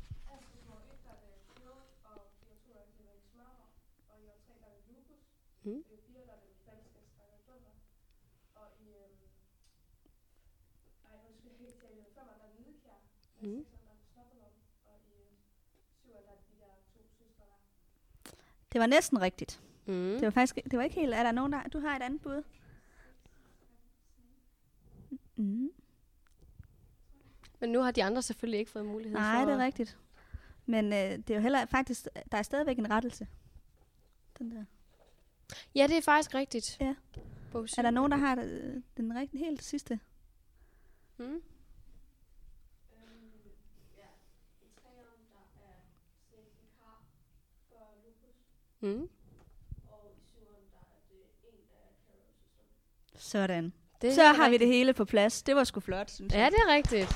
Mm. Mm. Det var næsten rigtigt. Mm. Det var faktisk det var ikke helt. Er der nogen, der... Du har et andet bud? Mm. Men nu har de andre selvfølgelig ikke fået mulighed Nej, for... det er rigtigt. Men øh, det er jo heller faktisk... Der er stadigvæk en rettelse. Den der. Ja, det er faktisk rigtigt. Ja. Bog syv. Er der nogen, der har øh, den rigtige helt sidste? Mm. Mm. Sådan. Det Så er har vi rigtigt. det hele på plads. Det var sgu flot, synes Ja, jeg. det er rigtigt.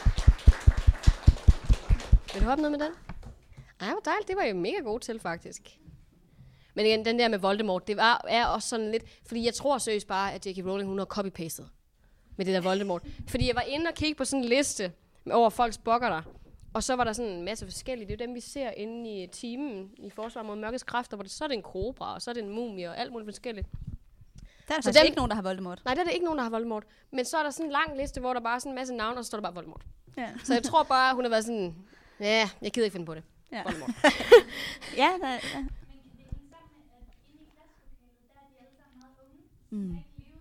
Vil du hoppe ned med den? Ej, hvor dejligt. Det var jo mega god til, faktisk. Men igen, den der med Voldemort, det var, er også sådan lidt... Fordi jeg tror seriøst bare, at J K Rowling, hun har copy-pastet med det der Voldemort. Fordi jeg var inde og kigge på sådan en liste over folks bokker der. Og så var der sådan en masse forskellige. Det er jo dem, vi ser inde i timen i Forsvar mod mørkets kræfter, hvor det, så er det en kobra, og så er det en mumie og alt muligt forskelligt. Der er der Så faktisk dem- ikke nogen, der har Voldemort. Nej, der er der ikke nogen, der har Voldemort. Men så er der sådan en lang liste, hvor der bare er sådan en masse navne, og så står der bare Voldemort. Ja. Så jeg tror bare, hun har været sådan, ja, jeg gider ikke finde på det. Ja. Voldemort. Ja, der, ja. Mm.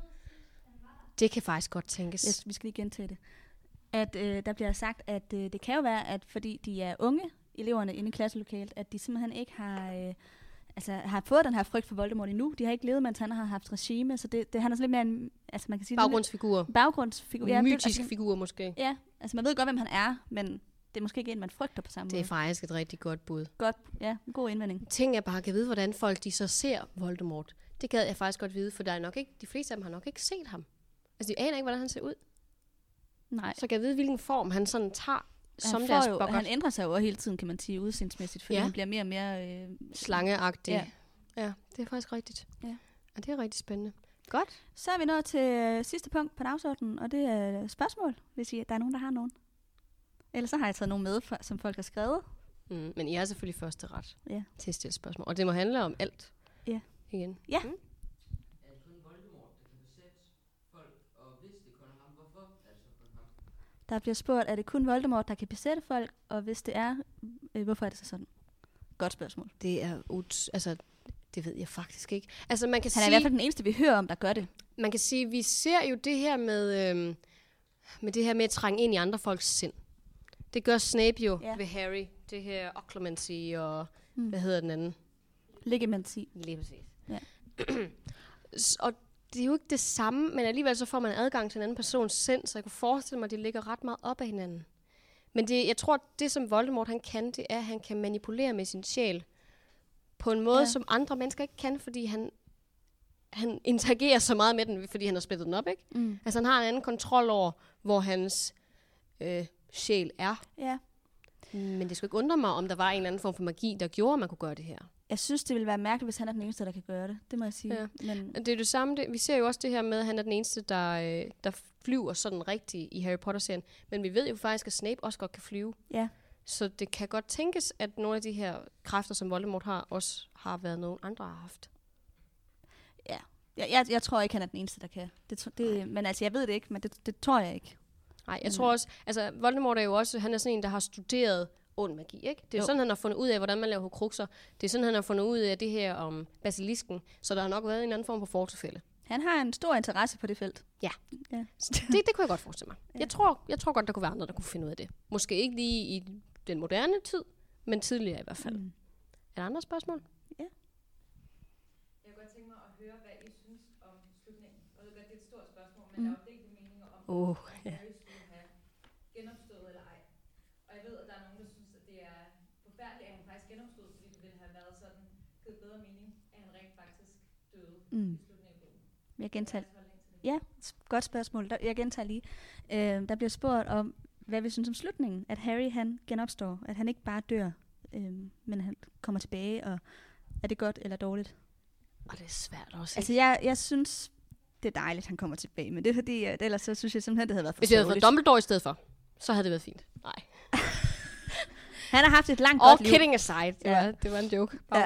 Det kan faktisk godt tænkes. Yes, vi skal lige gentage det. At øh, der bliver sagt, at øh, det kan jo være, at fordi de er unge, eleverne inde i klasselokalet, at de simpelthen ikke har, øh, altså, har fået den her frygt for Voldemort endnu. De har ikke levet, mens han har haft regime, så det, det han er sådan lidt mere en, altså man kan sige... Baggrundsfigur. Baggrundsfigur. En ja, mytisk det, altså, figur måske. Ja, altså man ved godt, hvem han er, men det er måske ikke en, man frygter på samme Det er måde. faktisk et rigtig godt bud. Godt, ja, en god indvending. Ting jeg bare kan vide, hvordan folk de så ser Voldemort. Det gad jeg faktisk godt vide, for der er nok ikke, de fleste af dem har nok ikke set ham. Altså de aner ikke, hvordan han ser ud. Nej. Så kan jeg vide, hvilken form han sådan tager som han, deres jo, bokkert. han ændrer sig jo hele tiden, kan man sige, udsindsmæssigt, fordi Ja. han bliver mere og mere... Øh, Slangeagtig. Ja. Ja, det er faktisk rigtigt. Ja. Ja, det er rigtig spændende. Godt. Så er vi nået til øh, sidste punkt på dagsordenen, og det er spørgsmål, hvis I, der er nogen, der har nogen. Ellers så har jeg taget nogen med, for, som folk har skrevet. Mm, men I har selvfølgelig første ret Ja. til at stille spørgsmål. Og det må handle om alt. Ja. Igen. Ja. Mm. Er det kun Voldemort, der kan besætte folk, og hvis det kun er ham, hvorfor er det så kun ham? Der bliver spurgt, er det kun Voldemort, der kan besætte folk, og hvis det er, øh, hvorfor er det så sådan? Godt spørgsmål. Det er ut- altså, det ved jeg faktisk ikke. Altså, man kan Han er sige, i hvert fald den eneste, vi hører om, der gør det. man kan sige, vi ser jo det her med, øhm, med det her med at trænge ind i andre folks sind. Det gør Snape jo Ja. ja. ved Harry. Det her occlumency og, Mm. mm. hvad hedder den anden? Legimancy. Lige præcis. Ja. S- og det er jo ikke det samme, men alligevel så får man adgang til en anden persons sind, så jeg kunne forestille mig, at de ligger ret meget op ad hinanden. Men det, jeg tror, det som Voldemort han kan, det er, at han kan manipulere med sin sjæl på en måde, Ja. ja. som andre mennesker ikke kan, fordi han, han interagerer så meget med den, fordi han har splittet den op, ikke? Mm. Altså han har en anden kontrol over, hvor hans øh, sjæl er. Ja. Men det skulle ikke undre mig, om der var en eller anden form for magi, der gjorde, at man kunne gøre det her. Jeg synes, det ville være mærkeligt, hvis han er den eneste, der kan gøre det. Det må jeg sige. Ja. Men Det er det samme. Det, vi ser jo også det her med, at han er den eneste, der, øh, der flyver sådan rigtigt i Harry Potter-serien. Men vi ved jo faktisk, at Snape også godt kan flyve. ja, Så det kan godt tænkes, at nogle af de her kræfter, som Voldemort har, også har været nogen andre har haft. ja. Jeg, jeg, jeg tror ikke, han er den eneste, der kan. Det, tr- det, men altså, jeg ved det ikke, men det, det tror jeg ikke. Nej, jeg Mm. tror også, altså Voldemort er jo også, han er sådan en, der har studeret ond magi, ikke? Det er jo Jo. sådan, han har fundet ud af, hvordan man laver horcruxer. Det er sådan, han har fundet ud af det her om basilisken. Så der har nok været en eller anden form for fortilfælde. Han har en stor interesse på det felt. Ja. ja. Det, det kunne jeg godt forestille mig. Ja. Jeg tror, jeg tror godt, der kunne være andre, der kunne finde ud af det. Måske ikke lige i den moderne tid, men tidligere i hvert fald. Mm. Er der andre spørgsmål? Jeg kunne godt tænke mig at høre, hvad I synes om slutningen. Og jeg ved godt, det er et stort spørgsmål, men Mm. der er jo delte meninger om, Åh, om ja. Harry skulle have genopstået eller ej. Og jeg ved, at der er nogen, der synes, at det er forfærdeligt, at han faktisk genopstod, fordi det ville have været sådan, givet bedre mening, at han rent faktisk døde Mm. i slutningen af bogen. Jeg gentager, Hvad er jeres holdning til det? ja, s- godt spørgsmål. Der, jeg gentager lige. Øh, der bliver spurgt om, hvad vi synes om slutningen. At Harry, han genopstår. At han ikke bare dør, øh, men han kommer tilbage. Og er det godt eller dårligt? Og det er svært også. Altså, jeg, jeg synes, det er dejligt, han kommer tilbage. Men det er fordi, at ellers så synes jeg simpelthen, det havde været for Hvis vi havde fået sørgeligt. Dumbledore i stedet for, så havde det været fint. Nej. Han har haft et langt All godt liv. kidding aside. Det, Ja. var, det var en joke. Ja.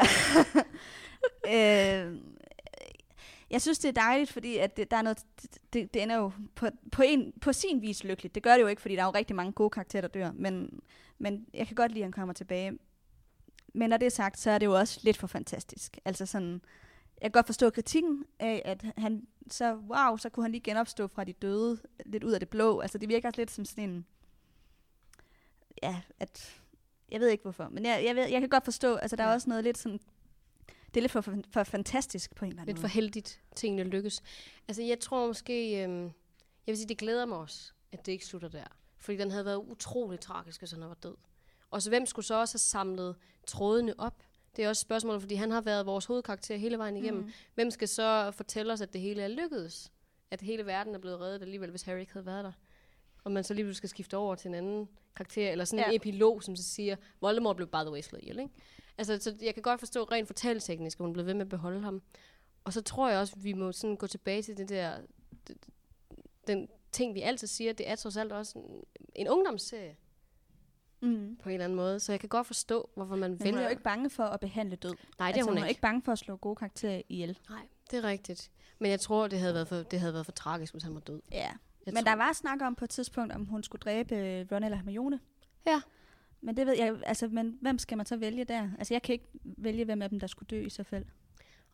øh, jeg synes, det er dejligt, fordi at det, der er noget, det, det ender jo på, på, en, på sin vis lykkeligt. Det gør det jo ikke, fordi der er jo rigtig mange gode karakterer, der dør. Men, men jeg kan godt lide, at han kommer tilbage. Men når det er sagt, så er det jo også lidt for fantastisk. Altså sådan, jeg kan godt forstå kritikken af, at han så, wow, så kunne han lige genopstå fra de døde, lidt ud af det blå. Altså det virker også lidt som sådan en, ja, at, jeg ved ikke hvorfor, men jeg, jeg, ved, jeg kan godt forstå, altså der er Ja. også noget lidt sådan, det er lidt for, for, for fantastisk på en eller anden Lidt for måde. heldigt, tingene lykkes. Altså, jeg tror måske, øhm, jeg vil sige, det glæder mig også, at det ikke slutter der. Fordi den havde været utrolig tragisk, hvis han var død. Og så hvem skulle så også have samlet trådene op? Det er også spørgsmålet, fordi han har været vores hovedkarakter hele vejen igennem. Mm. Hvem skal så fortælle os, at det hele er lykkedes? At hele verden er blevet reddet alligevel, hvis Harry ikke havde været der? Og man så lige skal skifte over til en anden karakter, eller sådan ja. en epilog, som så siger, Voldemort blev by the way slået ihjel, ikke? Altså, så jeg kan godt forstå rent fortælleteknisk, at hun blev ved med at beholde ham. Og så tror jeg også, at vi må sådan gå tilbage til det der, det, den ting, vi altid siger, det er trods alt også en, en ungdomsserie Mm. på en eller anden måde. Så jeg kan godt forstå, hvorfor man Men hun vælger. er jo ikke bange for at behandle død. Nej, det altså, er hun er ikke. ikke bange for at slå gode karakterer ihjel. Nej, det er rigtigt. Men jeg tror, det havde været for, det havde været for tragisk, hvis han var død. Ja. Jeg Men tror, der var snak om på et tidspunkt, om hun skulle dræbe øh, Ron eller Hermione. Ja. Men det ved jeg, altså, men hvem skal man så vælge der? Altså, jeg kan ikke vælge, hvem af dem, der skulle dø i så fald.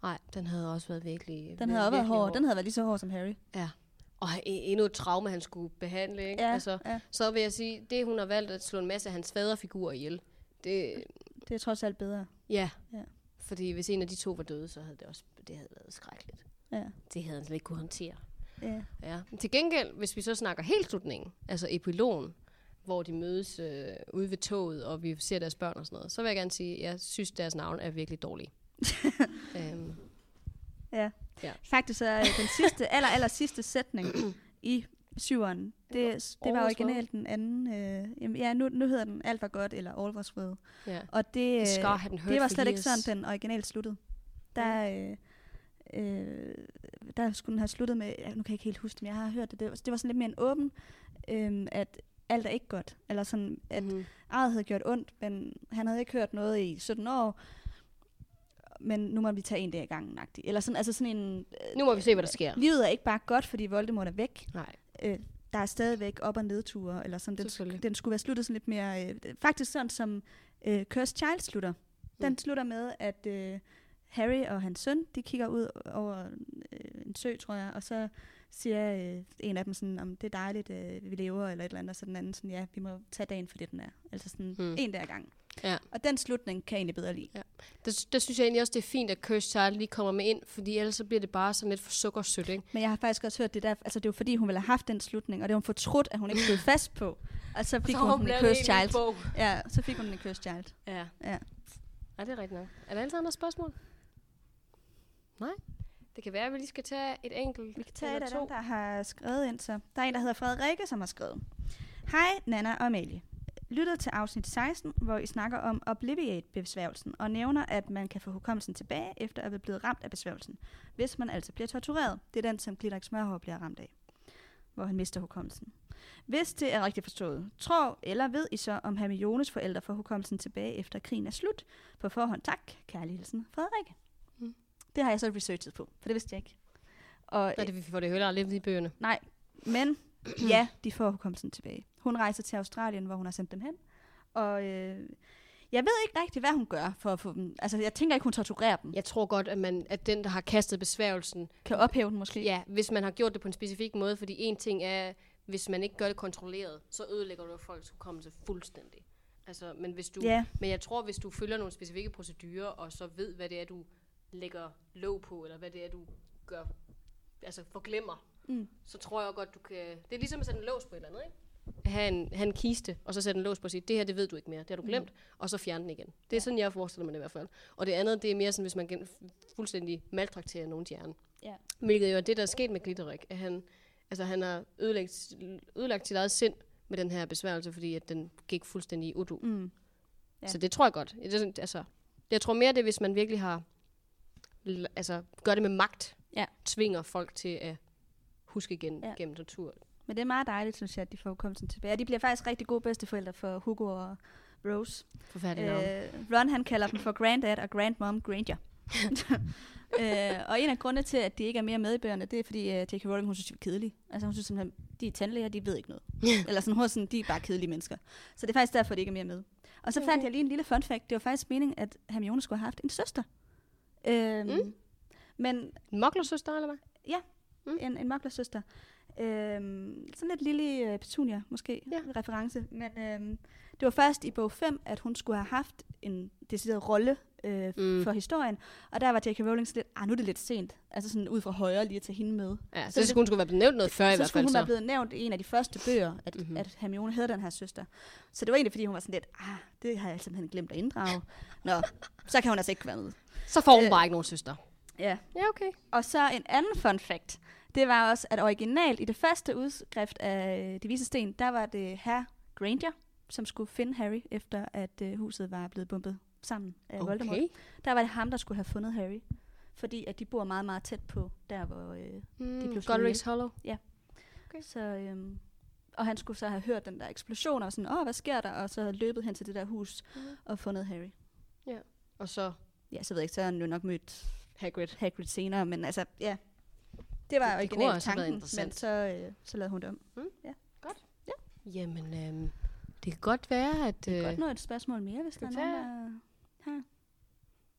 Nej, den havde også været virkelig... Den havde også været hård. Den havde været lige så hård som Harry. Ja. Og endnu et traume, han skulle behandle, ikke? Ja, altså, ja. Så vil jeg sige, det hun har valgt at slå en masse af hans faderfigurer ihjel, det... Det er trods alt bedre. Ja. ja. Fordi hvis en af de to var døde, så havde det også det havde været skrækkeligt. Ja. Det havde han slet ikke kunne håndtere. Ja. Ja. Til gengæld, hvis vi så snakker helt slutningen, altså epilogen, hvor de mødes øh, ude ved toget, og vi ser deres børn og sådan noget, så vil jeg gerne sige, at jeg synes, deres navn er virkelig dårlige. øhm. Ja. ja. Faktisk så er den sidste, aller, aller sidste sætning i syveren, det, det var originalt den anden. Øh, ja, nu, nu hedder den Alt var godt, eller All was well. Ja. Og det, øh, det var slet years. ikke sådan, den originalt sluttede. Der, øh, øh, der skulle den have sluttet med, nu kan jeg ikke helt huske det, men jeg har hørt det, det var, det var sådan lidt mere en åben, øh, at alt er ikke godt. Eller sådan, at mm-hmm. ejet havde gjort ondt, men han havde ikke hørt noget i sytten år, men nu må vi tage en dag i gangen. Eller sådan, altså sådan en... Øh, nu må vi se, hvad der sker. Livet er ikke bare godt, fordi Voldemort er væk. Nej. Øh, der er stadigvæk op- og nedture, eller sådan. Den, den skulle være sluttet sådan lidt mere... Øh, faktisk sådan, som øh, Cursed Child slutter. Den mm. slutter med, at øh, Harry og hans søn, de kigger ud over øh, en sø, tror jeg, og så siger øh, en af dem sådan, om det er dejligt, øh, vi lever, eller et eller andet, og så den anden sådan, ja, vi må tage dagen for det, den er. Altså sådan mm. en dag gang. Ja. Og den slutning kan jeg egentlig bedre lide. Ja. Der, der synes jeg egentlig også, det er fint, at Cursed Child lige kommer med ind, fordi ellers så bliver det bare sådan lidt for sukkersødt, ikke? Men jeg har faktisk også hørt det der, altså det var fordi, hun ville have haft den slutning, og det var hun fortrudt, at hun ikke stod fast på. Og så fik så hun, hun den Cursed Child. Ja, så fik hun den Cursed Child. Ja. Ja. Ja, det er rigtigt nok. Er der altid andre spørgsmål? Nej? Det kan være, at vi lige skal tage et enkelt. Vi kan tage et af dem, der har skrevet ind, så. Der er en, der hedder Frederikke, som har skrevet. Hej, Nana og Amalie. Lyttede til afsnit seksten, hvor I snakker om Obliviate-besværgelsen, og nævner, at man kan få hukommelsen tilbage, efter at være blevet ramt af besværgelsen, hvis man altså bliver tortureret. Det er den, som Glitterik Smørhår bliver ramt af, hvor han mister hukommelsen. Hvis det er rigtigt forstået, tror eller ved I så, om Hermiones forældre får hukommelsen tilbage, efter krigen er slut? På forhånd tak, kærlig hilsen, Frederikke. Mm. Det har jeg så researchet på, for det vidste jeg ikke. Og, Nej, det vi får det heller aldrig i bøgerne. Nej, men ja, de får hukommelsen tilbage. Hun rejser til Australien, hvor hun har sendt dem hen. Og øh, jeg ved ikke rigtig, hvad hun gør for at få dem. Altså, jeg tænker ikke, hun torturerer dem. Jeg tror godt, at, man, at den, der har kastet besværgelsen... Kan ophæve den måske. Ja, hvis man har gjort det på en specifik måde. Fordi en ting er, hvis man ikke gør det kontrolleret, så ødelægger du folks hukommelse fuldstændig. Altså, men, hvis du, yeah. men jeg tror, hvis du følger nogle specifikke procedurer, og så ved, hvad det er, du lægger låg på, eller hvad det er, du gør, altså forglemmer, mm. så tror jeg godt, du kan... Det er ligesom at sætte en lås på et eller andet, ikke? Have en, have en kiste, og så sætte en lås på og sige, det her, det ved du ikke mere, det har du glemt, mm. og så fjerne den igen. Det er sådan, jeg forestiller mig det i hvert fald. Og det andet, det er mere sådan, hvis man gen- fuldstændig maltrakterer nogens hjerne. Yeah. Hvilket jo er det, der er sket med Glitterik, at han, altså, han har ødelagt, ødelagt sit eget sind med den her besværgelse, fordi at den gik fuldstændig i udu. Mm. Ja. Så det tror jeg godt. Det, altså, jeg tror mere, det er, hvis man virkelig har, altså, gør det med magt, ja. tvinger folk til at huske igen ja. gennem tortur. Men det er meget dejligt, synes jeg, at de får hukommelsen tilbage. Og de bliver faktisk rigtig gode bedsteforældre for Hugo og Rose. Forfærdelig navn. Øh, Ron, han kalder dem for Granddad og Grandmom Granger. øh, og en af grundene til, at de ikke er mere med i bøgerne, det er, fordi uh, J K Rowling, hun synes, de er kedelige. Altså, hun synes simpelthen, de er tandlæger, de ved ikke noget. Eller sådan, hun er sådan, de er bare kedelige mennesker. Så det er faktisk derfor, de ikke er mere med. Og så fandt okay. jeg lige en lille fun fact. Det var faktisk meningen, at Hermione skulle have haft en søster. Øhm, mm. Men... En moklersøster, eller hvad? Ja, mm. en, en moklersøster. Øhm, sådan lidt lille uh, Petunia, måske, ja. reference. Men øhm, det var først i bog fem, at hun skulle have haft en decideret rolle øh, mm. for historien. Og der var J K Rowling så lidt, ah, nu er det lidt sent. Altså sådan ud fra højre lige at tage hende med. Ja, så, så skulle hun skulle være blevet nævnt noget før i hvert fald. Så skulle hun være blevet nævnt i en af de første bøger, at, mm-hmm. at Hermione havde den her søster. Så det var egentlig, fordi hun var sådan lidt, ah, det har jeg simpelthen glemt at inddrage. Nå, så kan hun altså ikke være med. Så får hun øh, bare ikke nogen søster. Ja. Ja, okay. Og så en anden fun fact. Det var også, at originalt i det første udskrift af De Vise Sten, der var det herr Granger, som skulle finde Harry, efter at uh, huset var blevet bumpet sammen af okay. Voldemort. Der var det ham, der skulle have fundet Harry. Fordi at de bor meget, meget tæt på, der hvor øh, mm, de blev slået ihjel. Godric's Hollow? Ja. Okay. Så, øhm, og han skulle så have hørt den der eksplosion, og sådan, åh, hvad sker der? Og så løbet hen til det der hus, mm. og fundet Harry. Ja, og så... Ja, så ved jeg ikke, så har han jo nok mødt Hagrid, Hagrid senere, men altså, ja. Det var det, originalt det tanken, men så, øh, så lavede hun det om. Mm. Ja. Godt. Ja. Jamen, øhm, det kan godt være, at... Det kan øh, godt nå et spørgsmål mere, hvis der er nogen, der har.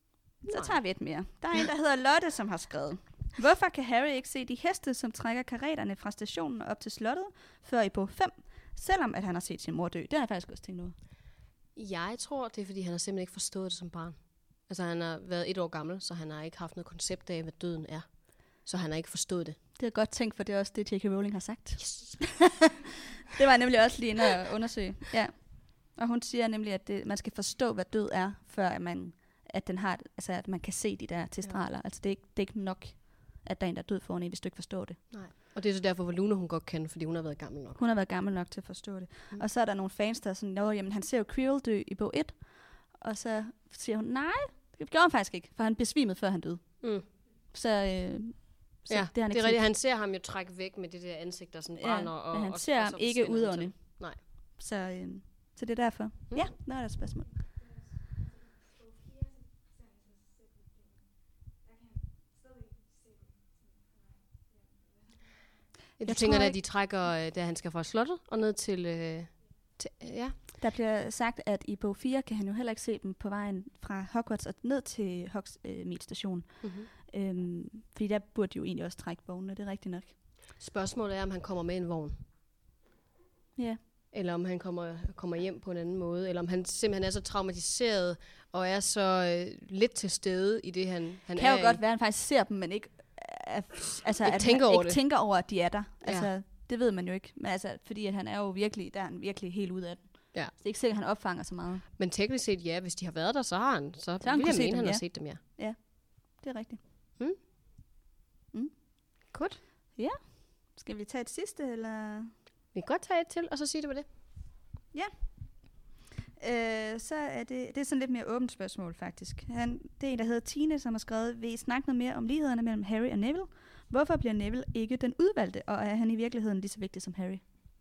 Så tager vi et mere. Der er en, der hedder Lotte, som har skrevet. Hvorfor kan Harry ikke se de heste, som trækker karreterne fra stationen op til slottet, før i bog fem, selvom at han har set sin mor dø? Det har jeg faktisk også tænkt over. Jeg tror, det er, fordi han har simpelthen ikke forstået det som barn. Altså, han har været et år gammel, så han har ikke haft noget koncept af, hvad døden er. Så han har ikke forstået det. Det er godt tænkt, for det er også det, J K Rowling har sagt. Yes. Det var jeg nemlig også lige inde at undersøge. Ja. Og hun siger nemlig, at det, man skal forstå, hvad død er, før at man, at den har, altså, at man kan se de der testraler. Ja. Altså, det er, ikke, det er ikke nok, at der er en, der er død foran en, hvis du ikke forstår det. Nej. Og det er så derfor, hvor Luna hun godt kan, fordi hun har været gammel nok. Hun har været gammel nok til at forstå det. Mm. Og så er der nogle fans, der er sådan, Nå, jamen, han ser jo Quirrell dø i bog et. Og så siger hun, nej, det gjorde han faktisk ikke, for han besvimede, før han døde. Mm. Så, øh, så ja, det er, han, det er rigtigt. Han ser ham jo trække væk med det der ansigt, der sådan brænder. Ja, og, men han og, ser og, ham og ikke udånde. Nej. Så, øh, så det er derfor. Mm. Ja, der er der et spørgsmål. Du jeg tænker, at de trækker, da han skal fra slottet og ned til, øh, til ja. Der bliver sagt, at i bog fire kan han jo heller ikke se dem på vejen fra Hogwarts og ned til Hogsmeade station. Mm-hmm. Øhm, fordi der burde de jo egentlig også trække vognene, det er rigtigt nok. Spørgsmålet er, om han kommer med en vogn. Ja. Eller om han kommer, kommer hjem på en anden måde. Eller om han simpelthen er så traumatiseret og er så øh, lidt til stede i det, han, han kan er jo i. godt være, at han faktisk ser dem, men ikke, altså, ikke, at tænker, han over ikke det. tænker over, at de er der. Ja. Altså, det ved man jo ikke. Men altså, fordi at han er jo virkelig, der er han virkelig helt ude af den. Ja. Så det er ikke sikkert, at han opfanger så meget. Men teknisk set, ja, hvis de har været der, så har han, så, så han vil jeg mene, dem, han ja. har set dem, ja. Ja, det er rigtigt. Mm. Mm. Godt. Ja. Skal vi tage et sidste, eller? Vi kan godt tage et til, og så sige det med det. Ja. Øh, så er det, det er sådan lidt mere åbent spørgsmål, faktisk. Han, det er en, der hedder Tine, som har skrevet, vil I snakke noget mere om lighederne mellem Harry og Neville? Hvorfor bliver Neville ikke den udvalgte, og er han i virkeligheden lige så vigtig som Harry?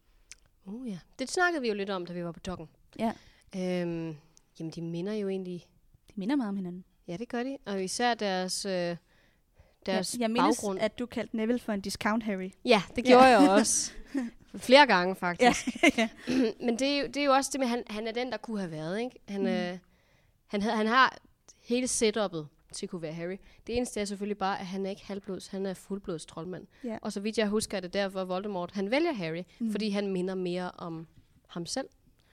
Uh, ja. Det snakkede vi jo lidt om, da vi var på Doggen. Ja. Øhm, jamen, de minder jo egentlig... De minder meget om hinanden. Ja, det gør de. Og især deres, øh, deres ja, jeg mindes, baggrund. at du kaldte Neville for en discount Harry. Ja, det gjorde ja. jeg også. Flere gange, faktisk. Ja. Men det er, jo, det er jo også det med, at han, han er den, der kunne have været, ikke? Han, mm. øh, han, han har hele setup'et til at kunne være Harry. Det eneste er selvfølgelig bare, at han er ikke halvblods, han er fuldblods troldmand. Ja. Og så vidt jeg husker, er det derfor Voldemort, han vælger Harry, mm. fordi han minder mere om ham selv.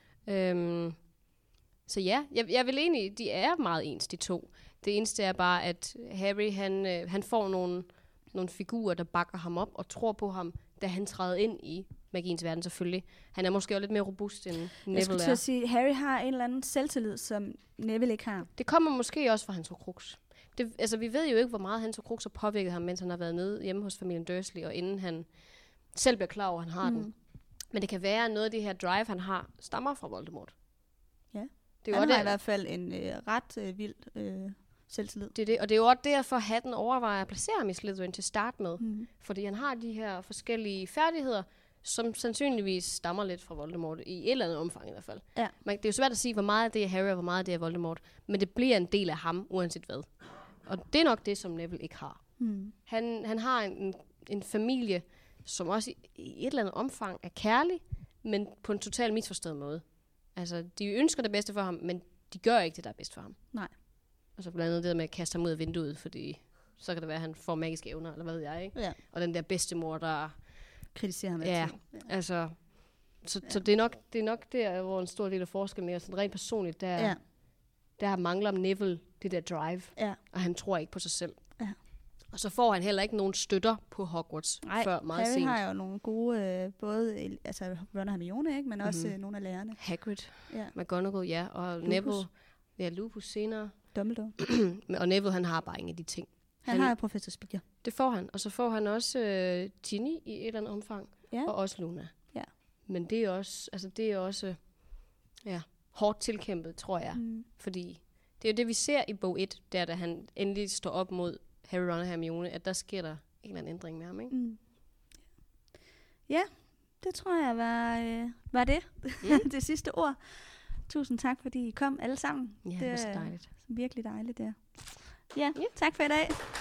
Øhm, så ja, jeg, jeg vil egentlig, de er meget ens, de to. Det eneste er bare, at Harry, han, øh, han får nogle, nogle figurer, der bakker ham op og tror på ham, da han træder ind i magiens verden selvfølgelig. Han er måske også lidt mere robust, end Neville er. Jeg skulle til at sige, Harry har en eller anden selvtillid, som Neville ikke har. Det kommer måske også fra hans Horcrux. Det, altså, vi ved jo ikke, hvor meget hans Horcrux har påvirket ham, mens han har været nede hjemme hos familien Dursley, og inden han selv bliver klar over, at han har mm. den. Men det kan være, at noget af det her drive, han har, stammer fra Voldemort. Ja. Det er han jo har der, i hvert fald en øh, ret øh, vild øh, selvtillid. Det er det, og det er jo også derfor, at hatten overvejer at placere ham i Slytherin til start med. Mm. Fordi han har de her forskellige færdigheder, som sandsynligvis stammer lidt fra Voldemort, i et eller andet omfang i hvert fald. Ja. Man, det er jo svært at sige, hvor meget det er Harry, og hvor meget det er Voldemort, men det bliver en del af ham, uanset hvad. Og det er nok det, som Neville ikke har. Mm. Han, han har en, en familie, som også i, i et eller andet omfang er kærlig, men på en totalt misforstået måde. Altså, de ønsker det bedste for ham, men de gør ikke det, der er bedst for ham. Nej. Og så blandt andet det med at kaste ham ud af vinduet, fordi så kan det være, at han får magiske evner, eller hvad ved jeg, ikke? Ja. Og den der bedstemor, der kritiserer ham. Ja, ja, altså, så, ja. så det, er nok, det er nok der, hvor en stor del af forskellen er, sådan rent personligt, der, ja. der mangler Neville det der drive, ja. og han tror ikke på sig selv. Ja. Og så får han heller ikke nogen støtter på Hogwarts Ej, før meget Harry sent. har jo nogle gode, øh, både altså Ron og Hermione, ikke, men mm-hmm. også øh, nogle af lærerne. Hagrid, ja. McGonagall, ja, og Lupus. Neville, ja, Lupus senere. Dumbledore. Og Neville, han har bare ingen af de ting. Han, han har Professor Spire. Det får han, og så får han også øh, Ginny i et eller andet omfang, ja. og også Luna. Ja. Men det er også, altså det er også, ja, hårdt tilkæmpet, tror jeg, mm. fordi det er jo det, vi ser i bog et, der da han endelig står op mod Harry, Ron og Hermione, at der sker der en eller anden ændring med ham, ikke? Mm. Ja, det tror jeg var, øh, var det. Mm. Det sidste ord. Tusind tak, fordi I kom alle sammen. Ja, det, det var så dejligt. Virkelig dejligt, det. Ja, ja, tak for i dag.